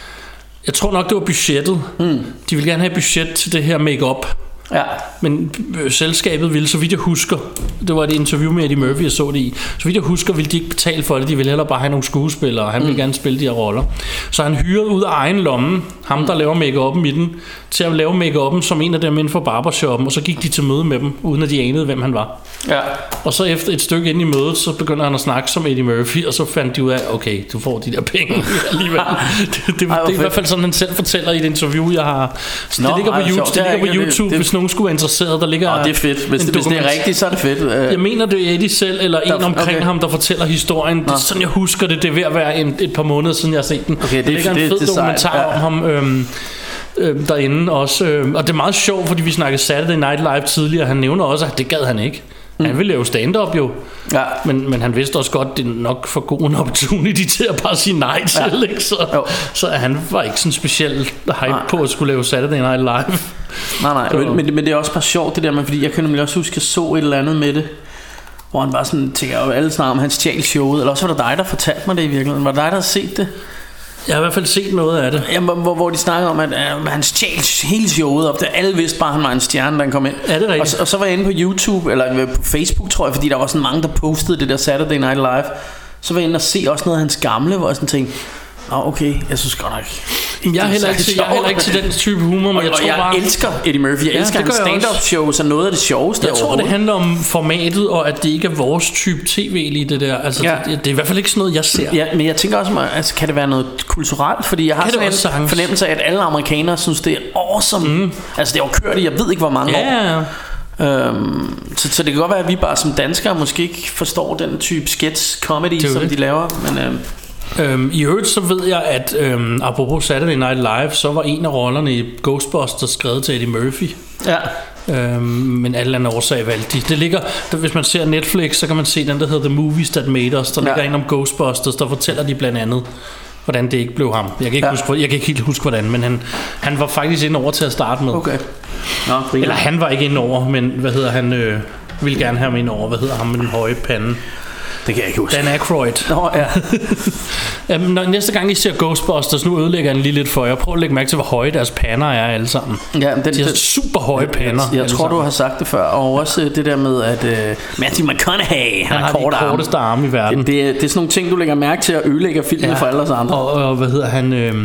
Jeg tror nok, det var budgettet. Mm. De ville gerne have budget til det her make-up. Ja. Men øh, selskabet ville, så vidt jeg husker, det var et interview med Eddie Murphy, jeg så det i, så vidt jeg husker, ville de ikke betale for det. De ville heller bare have nogle skuespillere, og han ville mm. gerne spille de her roller. Så han hyrede ud af egen lomme ham, der laver make-up'en i den, til at lave make-up'en som en af dem inden for barbershoppen. Og så gik de til møde med dem, uden at de anede, hvem han var. Ja. Og så efter et stykke inde i mødet, så begynder han at snakke som Eddie Murphy, og så fandt de ud af, okay, du får de der penge alligevel. det, det, det, det er i hvert fald sådan, han selv fortæller i et interview, jeg har. Så Nå, det ligger på, ej, YouTube, det ligger på YouTube, det, det, hvis nogen skulle være interesseret. Der ligger oh, det er fedt. Hvis, hvis det er rigtigt, så er det fedt. Jeg mener, det er Eddie selv, eller der, en omkring okay. ham, der fortæller historien. Det er sådan, jeg husker det. Det er ved at være en, et par måneder siden, jeg har set den. Okay, det, der ligger det, en fed det, dokumentar ja. om ham øhm, øhm, derinde også. Øhm, og det er meget sjovt, fordi vi snakkede Saturday Night Live tidligere. Han nævner også, at det gad han ikke. Mm. Han ville lave stand-up jo, ja. men, men han vidste også godt, det er nok for god en opportunity til at bare sige nej til, ja. ikke? Så, så han var ikke sådan specielt hype nej. på at skulle lave Saturday Night Live. Nej, nej, men, men, men det er også bare sjovt det der, men fordi jeg kan nemlig også huske, at jeg så et eller andet med det, hvor han bare sådan, tænker jeg jo alle snakker om, han stjal showet, eller også var det dig, der fortalte mig det i virkeligheden. Var det dig, der har set det? Jeg har i hvert fald set noget af det. Jamen, hvor, hvor de snakker om, at uh, han stjal hele showet op. Det alle vidste bare, at han var en stjerne, da han kom ind. Ja, det er rigtigt. Og, og så var jeg inde på YouTube, eller på Facebook, tror jeg, fordi der var sådan mange, der postede det der Saturday Night Live. Så var jeg inde og se også noget af hans gamle, hvor jeg sådan tænkte, Nå, okay, jeg synes godt nok ikke. Jeg er heller ikke, jeg er heller ikke til den type humor, men og, jeg tror jeg bare... Jeg elsker Eddie Murphy, jeg ja, elsker hans stand-up shows og noget af det sjoveste. Jeg tror, det handler om formatet, og at det ikke er vores type tv lige det der. Altså, ja. det, det er i hvert fald ikke sådan noget, jeg ser. Ja, men jeg tænker også, altså, kan det være noget kulturelt? Fordi jeg har kan sådan en fornemmelse af, at alle amerikanere synes, det er awesome. Mm. Altså, det har jo kørt i, jeg ved ikke, hvor mange ja, år. Øhm, så, så det kan godt være, at vi bare som danskere måske ikke forstår den type sketch-comedy, som det. de laver. Men... Øhm, Øhm, I øvrigt så ved jeg, at øhm, apropos Saturday Night Live, så var en af rollerne i Ghostbusters skrevet til Eddie Murphy. Ja. Øhm, men alle andre årsager valgte de. Det ligger, der, hvis man ser Netflix, så kan man se den, der hedder The Movies That Made Us. Der ja. ligger en om Ghostbusters, der fortæller de blandt andet, hvordan det ikke blev ham. Jeg kan ikke, ja. huske, jeg kan ikke helt huske, hvordan, men han, han var faktisk inde over til at starte med. Okay. Nå, Eller han var ikke inde over, men hvad hedder han, øh, ville gerne have ham ind over. Hvad hedder ham med den høje pande? Det kan jeg ikke huske. Dan Aykroyd. Nå, ja. Jamen, når, næste gang I ser Ghostbusters, nu ødelægger jeg lige lidt for jer. Prøv at lægge mærke til, hvor høje deres pander er alle sammen. Ja, den, de har den, super høje pander. Jeg, jeg tror, sammen. Du har sagt det før. Og også det der med, at uh, Matthew McConaughey, han, han har de korteste arme i verden. Det, det, det er sådan nogle ting, du lægger mærke til at ødelægge filmen ja. for alle os andre. Og, og hvad hedder han... Øh,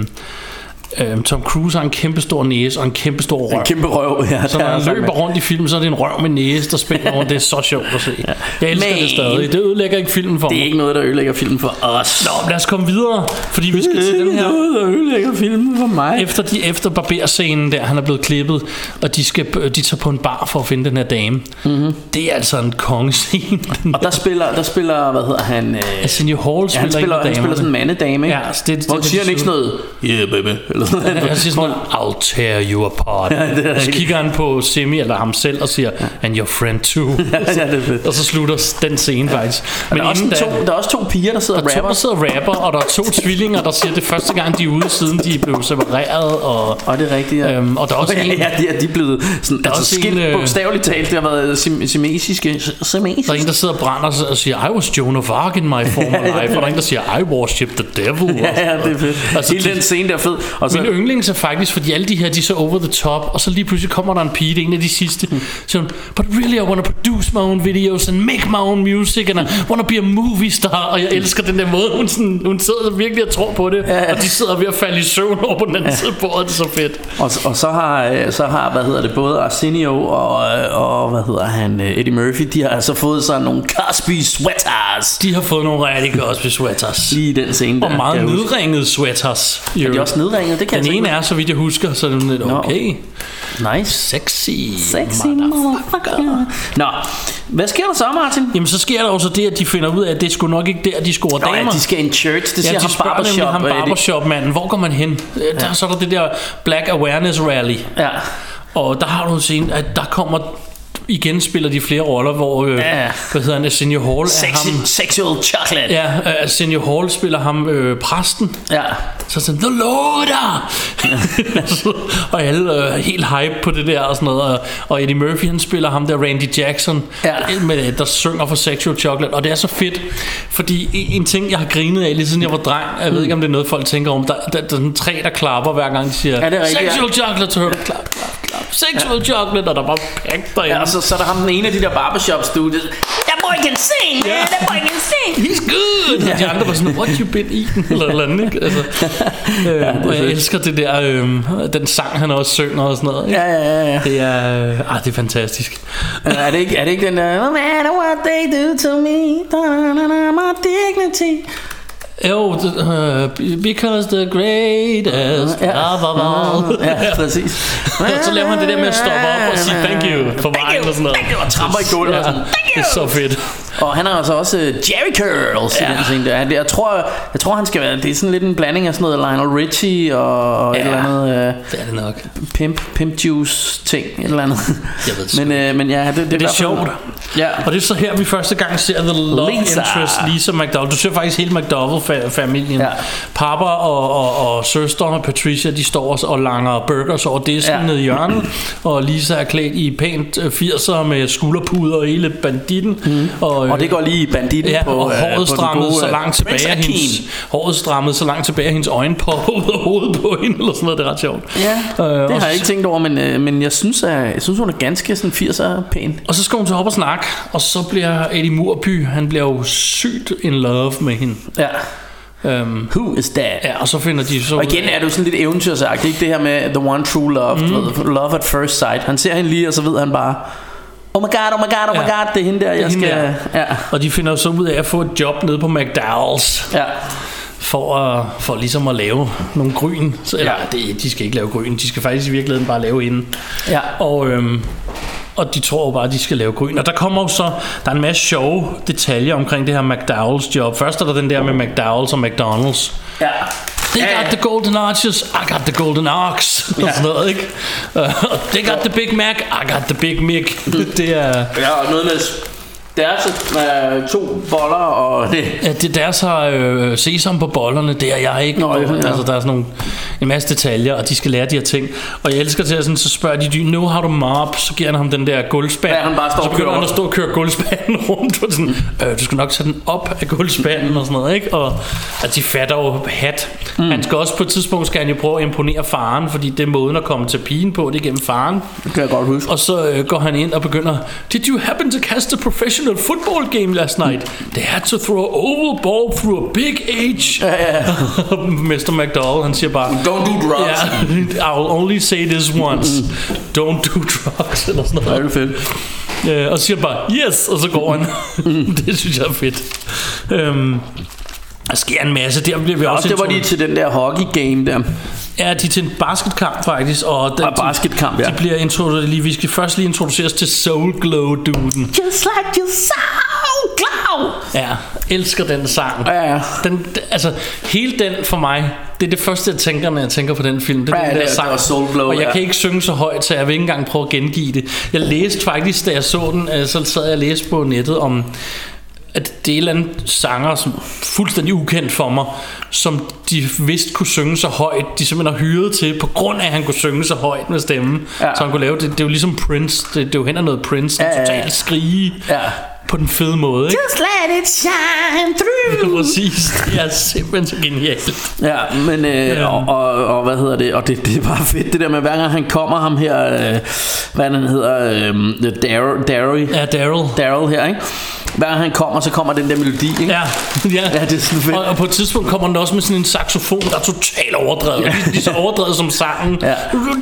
Øhm, Tom Cruise har en kæmpe stor næse og en kæmpe stor røv. En kæmpe røv, ja. Så når han løber rundt i filmen, så er det en røv med næse, der spænder rundt. Det er så sjovt at se. Ja. Jeg elsker Men, det stadig. Det ødelægger ikke filmen for mig. Det er mig. ikke noget, der ødelægger filmen for os. Nå, lad os komme videre, fordi vi skal til den her. Det er noget, der ødelægger filmen for mig. Efter, de, efter barberscenen der, han er blevet klippet, og de, skal, de tager på en bar for at finde den her dame. Mm-hmm. Det er altså en kongescene. Og der spiller, der spiller, hvad hedder han? Øh, Arsenio Hall spiller, ja, han spiller, han spiller sådan en mandedame, ikke? Ja, så det, hvor det, siger han ikke sådan noget, yeah baby, eller sådan noget. Han siger sådan, I'll tear you apart. Ja, og så kigger han på Simi eller ham selv og siger, and your friend too. Ja, det er fedt. Og så slutter den scene ja. faktisk. Men der, er også to, der, der er også to piger, der sidder og rapper. Der sidder og rapper, og der er to tvillinger, der siger, det er første gang, de er ude, siden de blev separeret. Og, og det er rigtigt, ja. Øhm, og der er også ja, en... Ja, de er, de er blevet sådan, der altså skilt øh, bogstaveligt talt. Det har været sim- simesiske. Der er en, der sidder og brænder og siger, I was Joan of Arc in my former life. Og der er en, der siger, I worship the devil. Ja, ja, det er fedt. Altså, hele den scene der er fed. Og så, min yndlings er faktisk, fordi alle de her, de er så over the top, og så lige pludselig kommer der en pige, det er en af de sidste, mm. så hun, but really I want to produce my own videos and make my own music and I want to be a movie star, og jeg elsker den der måde, hun, sådan, hun sidder virkelig og tror på det, ja, ja. Og de sidder ved at falde i søvn over på den anden ja. side af bordet, det er så fedt. Og, og så har, så har, hvad hedder det, både Arsenio og, og hvad hedder han, Eddie Murphy, de har altså fået sådan nogle Cosby sweaters. De har fået nogle rigtig Cosby sweaters. Lige den scene der. Og meget nedringede sweaters. Er de også nedringede? Det kan den ene er, så vidt jeg husker, så er det lidt okay. Nice. Sexy. Sexy motherfucker. Nå, hvad sker der så, Martin? Jamen, så sker der også det, at de finder ud af, at det er sgu nok ikke der, de scorer damer. Ja, de skal en church. Det ja, siger de ham barbershop. ham barbershop-manden. Hvor går man hen? Ja. Der, så er der det der Black Awareness Rally. Ja. Og der har du en scene, at der kommer... Igen spiller de flere roller, hvor øh, ja. hvad hedder han, Arsenio Hall Sexy, er ham, sexual chocolate. Ja, uh, Arsenio Hall spiller ham øh, præsten. Ja. Så sådan The Lorder. Og alle øh, helt hype på det der og sådan noget. Og, og Eddie Murphy han spiller ham der Randy Jackson, ja. med, der synger for Sexual Chocolate. Og det er så fedt, fordi en ting jeg har grinet af lige siden jeg var dreng. Jeg ved ikke om det er noget folk tænker om. Der, der, der er sådan tre der klapper hver gang de siger ja, Sexual Chocolate. Så hører du klap, klap, klap. Sexual ja. Chocolate. Og der bare pæk derinde. Ja, så, så er der ham den ene af de der barbershop-studios. That boy can sing, man. Yeah. That boy can sing. He's good. Og de andre var sådan, what you been eating? Eller eller andet, ikke? Altså, øh, ja, og jeg elsker det der, øh, den sang han også synger og sådan noget, ikke? Ja, ja, ja, ja. Det er, øh, ah, det er fantastisk. uh, er, det ikke, er det ikke den der, no matter what they do to me, da-da-da-da, my dignity. Jo, uh, because the greatest ja. love of all. Ja, præcis. Og så laver han det der med at stoppe op og sige thank you for vejen og sådan noget. Thank you, og tramper i gulvet ja, og sådan. Det er så fedt. Og han har altså også Jerry Curls ja. i den scene der. Jeg tror, jeg tror han skal være, det er sådan lidt en blanding af sådan noget Lionel Richie og ja, et eller andet uh, det er det nok. Pimp, pimp juice ting, et eller andet. Jeg ved det. Men, uh, men ja, det, det, det er sjovt. Ja. Og det er så her vi første gang ser The Love Lisa. Interest Lisa McDowell. Du ser faktisk hele McDowell-familien. Ja. Papa og, og, og søsteren og Patricia, de står og langer burgers over disken ja. nede i hjørnet. Og Lisa er klædt i pænt firser med skulderpuder og hele banditten. Mm. Og, og det går lige i banditten ja, på, og håret uh, strammet så langt tilbage af hendes håret strammet så langt tilbage af hendes øjne på ud af hovedet på hende eller sådan noget. Det er ret sjovt. Ja, øh, det har jeg ikke tænkt over, men, øh, men jeg synes at, jeg synes hun er ganske sådan firser pæn. Og så skal hun så op og snakke, og så bliver Eddie Murphy, han bliver jo sygt in love med hende. Ja. Um, Who is that? Ja, og så finder de så. Og igen er det jo sådan lidt eventyrsagt, ikke det her med the one true love, mm. love at first sight. Han ser hende lige, og så ved han bare, oh my god, oh my god, oh my ja. god, det er hende der, jeg skal der. Ja. Og de finder så ud af at få et job nede på McDowell's. Ja. For, at, for ligesom at lave nogle gryn. Så, eller ja. det, de skal ikke lave gryn, de skal faktisk i virkeligheden bare lave inden. Ja. Og øhm, Og de tror jo bare, at de skal lave gryn. Og der kommer jo så, der er en masse sjove detaljer omkring det her McDowell's job. Først er der den der med McDowell's og McDonald's. Ja. They got the golden arches, I got the golden arcs. Ja. Og sådan noget, ikke? Uh, they got the Big Mac, I got the Big Mac. Det er... Ja, og noget med... Deres øh, to boller og det. Ja, det deres har øh, sesam på bollerne. Det er jeg ikke. Nå, ja, ja. Altså der er sådan nogle en masse detaljer, og de skal lære de her ting. Og jeg elsker til at sådan, så spørger de, do you know how to mop? Så giver han ham den der gulvspand. Ja, han bare står og så begynder han at stå og køre gulvspanden rundt. Og sådan, øh, du skal nok tage den op af gulvspanden og sådan noget, ikke? Og at de fatter jo hat. Mm. Han skal også på et tidspunkt, skal han jo prøve at imponere faren, fordi det er måden at komme til pigen på, det er gennem faren. Det kan jeg godt huske. Og så øh, går han ind og begynder, did you happen to cast a professional football game last night? They had to throw an oval ball through a big age. Ja, ja. mister McDowell, han siger bare, don't do drugs. Yeah, I'll only say this once. Don't do drugs, eller sådan noget. Det er fedt. Øh, og siger bare, yes, og så går han. Det synes jeg er fedt. Øhm, der sker en masse. Der bliver vi ja, også det var de til den der hockey game der. Ja, de er til en basketkamp faktisk. Og, den, og basketkamp, ja. De bliver introduceret lige. Vi skal først lige introduceres til Soul Glow-duden. Just like you Soul Glow. Ja, elsker den sang. Ja, ja. Den, altså, hele den for mig, det er det første jeg tænker, når jeg tænker på den film. Det er ja, den der det, sang. det Soul Glow, og jeg ja. kan ikke synge så højt, så jeg vil ikke engang prøve at gengive det. Jeg læste faktisk, da jeg så den, så sad jeg og læste på nettet om, at det er en eller anden sanger, som fuldstændig ukendt for mig, som de vidste kunne synge så højt, de simpelthen har hyret til, på grund af at han kunne synge så højt med stemmen, ja. Så han kunne lave det. Det er jo ligesom Prince, det, det er jo hen ad noget Prince, ja, totalt ja. skrige ja. På den fede måde, ikke? Just let it shine through. Præcis, det er simpelthen så genialt. Ja, men øh, ja. Og, og, og hvad hedder det? Og det, det er bare fedt det der med hver gang han kommer, ham her, øh, hvad han hedder, øh, Daryl, Daryl. Ja, Daryl. Daryl her, ikke? Hver gang han kommer, så kommer den der melodi, ikke? Ja, ja. Ja, det er sådan fedt. Og, og på et tidspunkt kommer den også med sådan en saxofon, der er totalt overdrevet. Ja. De, de er så overdrevet som sangen. Ja.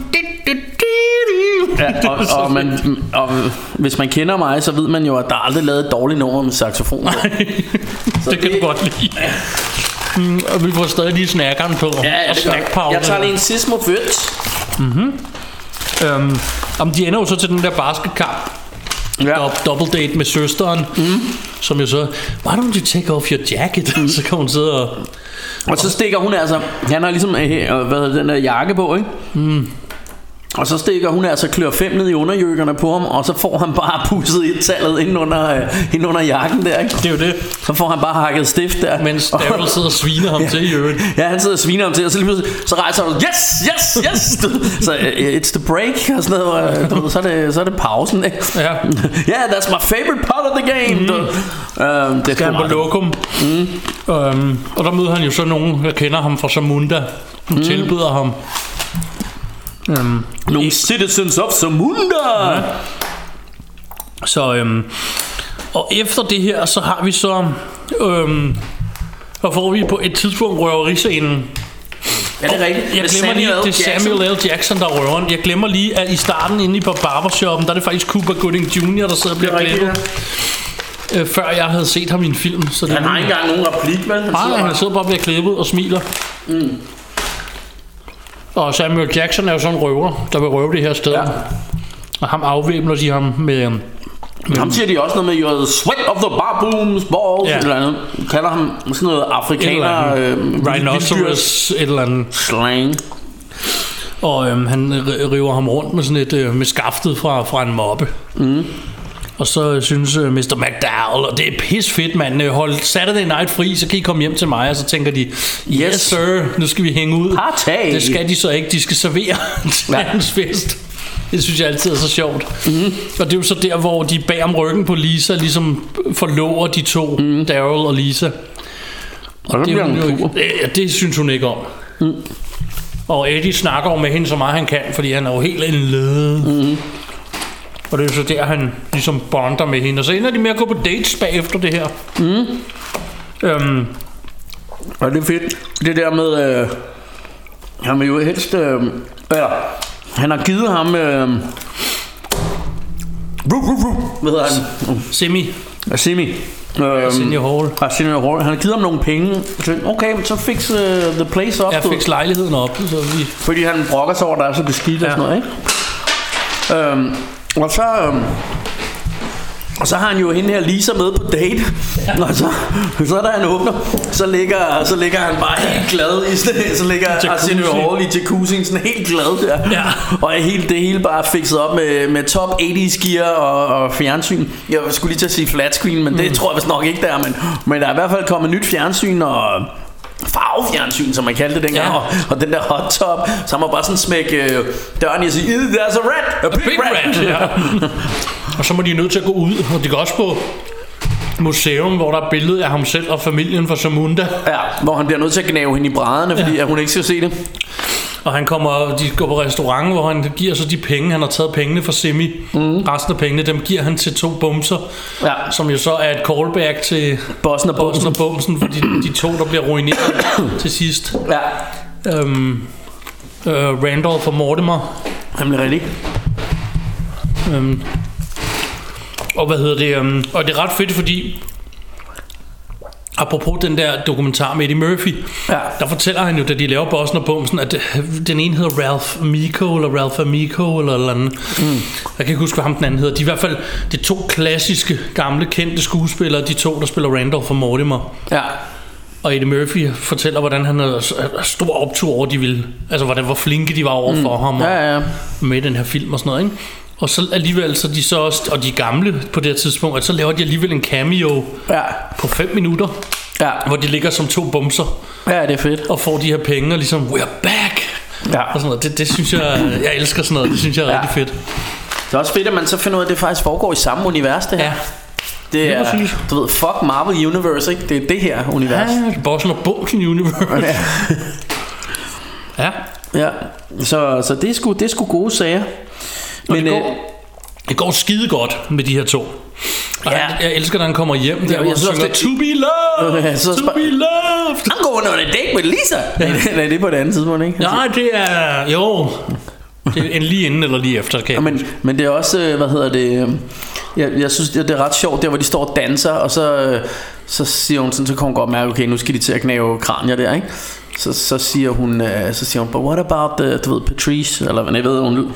Ja, og, og, man, og hvis man kender mig, så ved man jo, at der aldrig er lavet et dårligt nummer med saxofon. Nej, det kan det, du godt lide. Mm, og vi får stadig lige snakkeren på. Ja, ja, og snackpowder. Jeg tager lige en sismo fedt. Mhm. Øhm, om de ender jo så til den der basketkamp. Ja. Double date med søsteren, mm. som jo så, why don't you take off your jacket? Mm. Så kan hun sidde og og så stikker hun altså, han har ligesom øh, hvad hedder den der jakke på, ikke? Mm. Og så stikker hun altså klør fem ned i underjøkkerne på ham, og så får han bare pusset et tallet ind under, øh, ind under jakken der, ikke? Det er jo det. Så får han bare hakket stift der. Mens Daryl sidder og sviner ham ja. til i øvrigt. Ja, han sidder og sviner ham til, og så lige pludselig, så rejser han, yes, yes, yes. Så uh, it's the break, og sådan noget, uh, så, er det, så er det pausen, ikke? Ja. Yeah, that's my favorite part of the game. Mm. Uh, det skal han på lokum. Mm. Um, og der møder han jo så nogen, der kender ham fra Zamunda. Hun mm. tilbyder ham Um, nogle citizens of Zamunda. Ja. Så øhm, og efter det her, så har vi så øhm, og får vi på et tidspunkt røveriscenen. Ja, det er rigtigt. Jeg glemmer lige, det er Samuel L. Jackson, der røver. Jeg glemmer lige, at i starten inde på barbershoppen, der er det faktisk Cuba Gooding junior, der sidder og bliver klippet. Ja. Øh, før jeg havde set ham i en film. Så det han har ikke engang nogen replik, vel? Han nej, sidder han sidder bare og bliver klippet og smiler. Mm. Og Samuel Jackson er jo sådan en røver, der vil røve det her sted. Ja. Og ham afvæbner de ham med, med ham siger de også noget med your sweat of the baboons balls, ja. Eller andet. Kalder ham sådan noget afrikaner øh, rhinoceros et eller andet slang. Og øhm, han river ham rundt med sådan et øh, med skaftet fra, fra en moppe. Mm. Og så synes uh, mister McDowell, og det er pis fedt, mand. Hold Saturday Night fri, så kan I komme hjem til mig. Og så tænker de, yes, yes sir, nu skal vi hænge ud. Partag. Det skal de så ikke, de skal servere til hans fest. Det synes jeg altid er så sjovt. Mm-hmm. Og det er jo så der, hvor de bag om ryggen på Lisa ligesom forlover de to, mm. Daryl og Lisa. Og, og det, det, jo, det, det synes hun ikke om. Mm. Og Eddie snakker jo med hende så meget han kan, fordi han er jo helt en led. Mm. Og det er så der han ligesom bonder med hende. Og så ender de med at gå på dates bagefter det her. Mm. Øhm. Og det er fedt. Det der med øh, han vil jo helst øh, ja, han har givet ham øh, hvad hedder han? Simi. Simi. Arsenio Hall. Arsenio Hall. Han har givet ham nogle penge. Okay, så fix uh, the place op. Ja, fix lejligheden op. Så vi... Fordi han brokker sig over, der er så beskidt ja. Og sådan noget, ikke? Øhm, og så øhm, og så har han jo hende her Lisa med på date. Ja. Og så, så da han åbner, så ligger, så ligger han bare helt glad i sådan, så ligger Arsenio Hall i jacuzzien sådan helt glad der. Ja. Og helt, det hele bare fikset op med, med top otteogtyve gear og, og fjernsyn. Jeg skulle lige til at sige flat screen, men det mm. tror jeg vist nok ikke der. Men, men der er i hvert fald kommet nyt fjernsyn og farvefjernsyn, som man kaldte det dengang, Ja. og, og den der hot top, så man bare sådan smække øh, døren i og sige, there's a rat, a big, Big rat, rat, ja. Og så må de nødt til at gå ud, og de går også på museum, hvor der er billede af ham selv og familien fra Zamunda. Ja, hvor han bliver nødt til at gnave hende i brædderne, fordi ja. at hun ikke skal se det. Og han kommer, de går på restaurant, hvor han giver så de penge, han har taget pengene fra Simi. Mm. Resten af pengene, dem giver han til to bumser, ja. Som jo så er et callback til Bossen og Bumsen, og Bumsen, for de, de to, der bliver ruineret til sidst. Ja. Øhm, øh, Randolph og Mortimer. Jamen rigtigt. Øhm, og hvad hedder det? Um, og det er ret fedt, fordi apropos den der dokumentar med Eddie Murphy, ja. Der fortæller han jo, da de laver Bossen og Bumsen, at den ene hedder Ralph Amico, eller Ralph Amico, eller eller andet. Mm. Jeg kan ikke huske, hvad ham den anden hedder. De er i hvert fald de to klassiske, gamle, kendte skuespillere, de to, der spiller Randolph og Mortimer. Ja. Og Eddie Murphy fortæller, hvordan han havde stor optur over, de ville, altså hvordan, hvor flinke de var over for mm. ham og, ja, ja. med den her film og sådan noget, ikke? Og så alligevel, så de så også, og de gamle på det her tidspunkt, at så laver de alligevel en cameo ja. på fem minutter, ja. hvor de ligger som to bumser. Ja, det er fedt. Og får de her penge, og ligesom, we're back! Ja. Og sådan noget. Det, det synes jeg, jeg elsker sådan noget, det synes jeg er ja. rigtig fedt. Det er også fedt, at man så finder ud af, at det faktisk foregår i samme univers, det her. Ja. Det er, du ved, fuck Marvel Universe, ikke? Det er det her univers. Ja, Bossen og Bumsen Universe. Ja. ja. Ja, så, så det er sgu, det er sgu gode sager. Men det går, øh, det går skide godt med de her to. Og ja. jeg, jeg elsker, da han kommer hjem der, ja, hvor han synger det, To be loved, okay, så to be loved. I'm going on a date with Lisa. Ja. Nej, det er på et andet tidspunkt, ikke? Nej, det er, jo det er lige inden eller lige efter, kan ja, men, men det er også, hvad hedder det, jeg, jeg synes, det er ret sjovt, der hvor de står og danser, og så, så siger hun sådan, så kan hun godt mærke, okay, nu skal de til at knæve kranier der, ikke? Så, så siger hun, så siger hun, but what about the, du ved, Patrice, eller hvad jeg ved, hun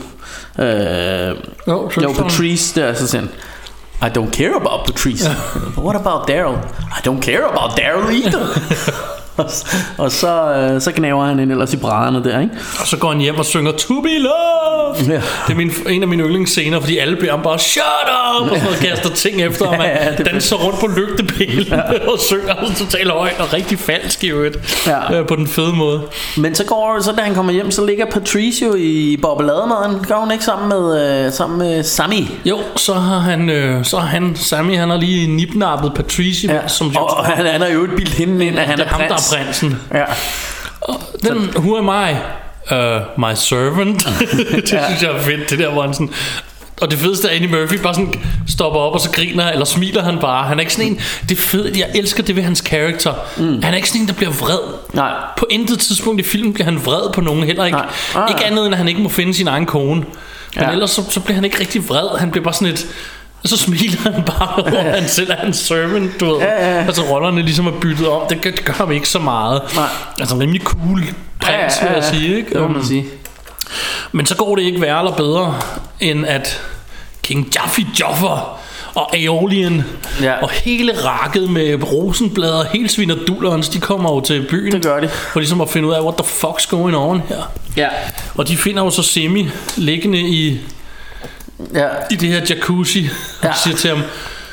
øh, jo, jo, Patrice der, så siger han, I don't care about Patrice. But what about Daryl? I don't care about Daryl either. og, og så, øh, så knæver han ind ellers i brædderne der, ikke? Og så går han hjem og synger To be loved. Ja. Det er min, en af mine yndlingsscener, fordi alle beder ham bare shut up, og så kaster ting efter ham. Ja, ja, danser rundt på lygtepælen ja. og synger totalt højt og rigtig falsk i øvrigt, ja. øh, på den fede måde. Men så går så da han kommer hjem, så ligger Patricio i bobbelademaden. Gør hun ikke sammen med øh, sammen med Sammy? Jo, så har han øh, så har han Sammy, han har lige nipnappet Patricio, ja. som og, og han, han har jo et bildt hende ind, at han er, er ham, prins. Der er prinsen. Ja. Og den, who am I? Uh, my servant. Det ja. synes jeg er fedt. Det der hvor han sådan. Og det fedeste er Eddie Murphy bare sådan stopper op og så griner eller smiler han bare. Han er ikke sådan en. Det fede, jeg elsker det ved hans karakter. Mm. Han er ikke sådan en der bliver vred. Nej. På intet tidspunkt i filmen bliver han vred på nogen heller ikke. Ah, ikke andet end at han ikke må finde sin egen kone. Men ja. ellers så, så bliver han ikke rigtig vred. Han bliver bare sådan et. Og så smiler han bare over, ja. han selv er en servant, du ved. Ja, ja. Altså rollerne ligesom er byttet om. Det gør, det gør ham ikke så meget. Nej. Altså en rimelig cool prins, ja, ja, ja. vil jeg sige, ikke? Det må man sige. Men så går det ikke værre eller bedre, end at King Jaffe Joffer og Aeolian ja. og hele rakket med rosenblader, hele svinerdullerens, de kommer jo til byen. Det gør de. For ligesom at finde ud af, what the fuck's going on her. Ja. Og de finder jo så Semi liggende i ja. i det her jacuzzi ja. og siger til ham,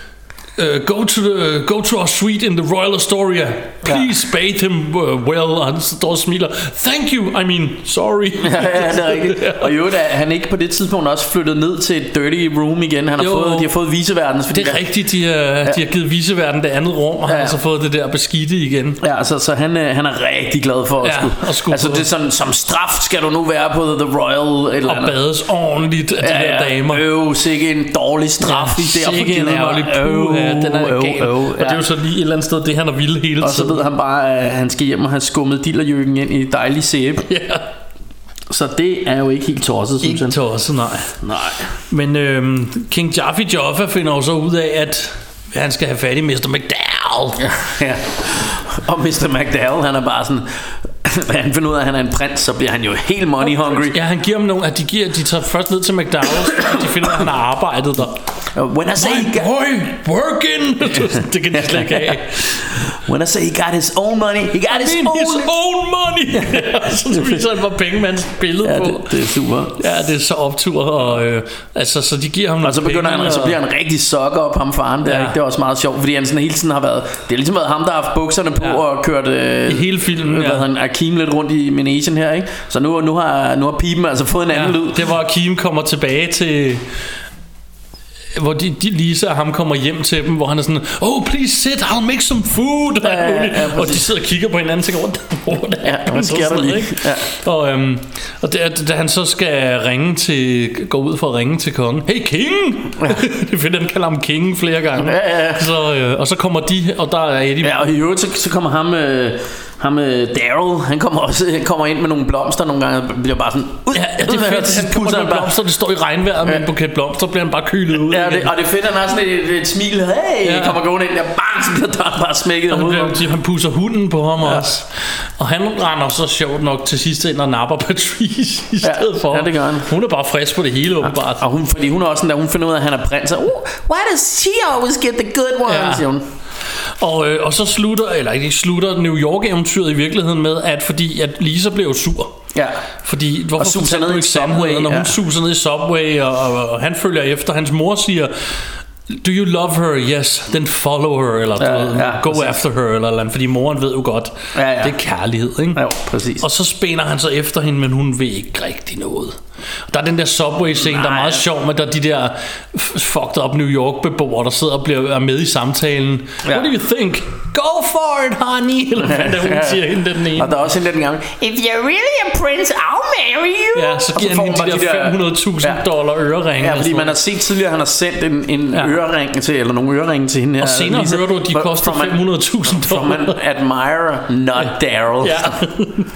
uh, go to the go to our suite in the Royal Astoria, please ja. bathe him uh, well. Og han står og smiler, thank you, I mean sorry. Ja, ja, det er rigtigt. Og jo, da han ikke på det tidspunkt også flyttet ned til et dirty room igen. Han har fået, de har fået viseverdens. Det er der, rigtigt, de, uh, ja. de har givet viseverden det andet rum, og ja. han har så fået det der beskidte igen. Ja, så, så han, han er rigtig glad for at ja, skulle, at skulle altså det er sådan, som straf skal du nu være på The Royal et eller andet. Og bades ordentligt af de ja, der damer. Øv, sikke en dårlig straf ja, i det. Sikke en ærgerlig puh, ja, den er gal. Øv, og det er jo så lige et eller andet sted det han har ville hele tiden. Og så ved han bare at han skal hjem og have skummet dillerjøkken ind i dejlig sæbe. Ja. Så det er jo ikke helt tosset, synes jeg. Ikke tosset, nej. Nej. Men øhm, King Jaffe Joffer finder jo så ud af at han skal have fat i mister McDowell. Ja, ja. Og mister McDowell, han er bare sådan. Han finder ud af at han er en prins, så bliver han jo helt money hungry. Ja, han giver dem nogle at de giver de tager først ned til McDowell's, og de finder ud af at han har arbejdet der. When I say My he got, boy working. Det kan de slet ikke have. when I say he got his own money, he got his I mean, own, his own money. Så viser han bare pengemands billede ja, på. det, det er super. Ja, det er så optur. Og, øh, altså, så de giver ham nogle Og så begynder penge, han, så bliver han rigtig sokker op, ham faren der, Ja. ikke? Det er også meget sjovt, fordi han sådan hele tiden har været, det har ligesom været ham, der har haft bukserne på, ja, og kørt øh, i hele filmen, ja, han Akeem lidt rundt i Managen her, ikke? Så nu, nu har, nu har Piben altså fået en ja, anden lyd. det var Akeem kommer tilbage til, hvor de, de Lisa og ham kommer hjem til dem, hvor han er sådan, oh please sit, I'll make some food, Ja, ja, ja, og de sidder og kigger på hinanden og tænker, what the Ja, hvad sker der lige? Ja. Og, øhm, og da, da han så skal ringe til, gå ud for at ringe til kongen, hey king, ja. Det finder han kalder ham king flere gange, Ja, ja. Så, øh, og så kommer de, og der er Eddie. Ja, og i øvrigt så, så kommer ham øh, ham øh, Daryl, han kommer også han kommer ind med nogle blomster nogle gange, og bliver bare sådan ud, Ja, ja, det er fedt. Han kommer med blomster, det står i regnvejret, ja, med en buket blomster, bliver han bare kylet ud. Ja, det, og det er fedt, han har sådan et, et smil, hey, Ja. kommer gående ind der, bang, så bliver døren bare smækket Og ud. han, bliver, han pusser hunden på ham, ja, også. Og han render så sjovt nok til sidst ind og napper Patrice i stedet Ja, for. ja, det gør han. Hun er bare frisk på det hele, åbenbart. Og hun, fordi hun er også sådan der, hun finder ud af, at han er prins, og, uh, why does she always get the good ones, Ja. siger hun. Og, øh, og så slutter, eller ikke slutter New York-eventyret i virkeligheden med, at fordi at Lisa blev sur. Ja. Fordi hvorfor Og suser fortæller ned du i ikke Subway, sandheden, når ja. hun suser ned i Subway, og, og, og han følger efter. Hans mor siger, do you love her? Yes, then follow her, eller Ja, du ved, ja, go præcis. after her, eller, eller andet, fordi moren ved jo godt, Ja, ja. det er kærlighed, ikke? Jo, præcis. Og så spænder han så efter hende, men hun ved ikke rigtig noget. Og der er den der Subway-scene, der er meget sjov med, der er de der f- fucked up New York-beboere, der sidder og bliver er med i samtalen. Ja. What do you think? Go for it, honey! Eller hvad der hun siger hende, den ene. Og der er også en lidt gang, if you're really a prince, I'll marry you. Ja, så Og giver han får hende hun de bare der fem hundrede tusind ja. dollar øreringe. Ja, fordi man har set tidligere, han har sendt en, en Ja. ja. ørering til, eller nogle øreringe til hende her. Og senere Lisa, hører du, at de but koster from an- fem hundrede tusind From dollar. an admirer, not Daryl. Ja.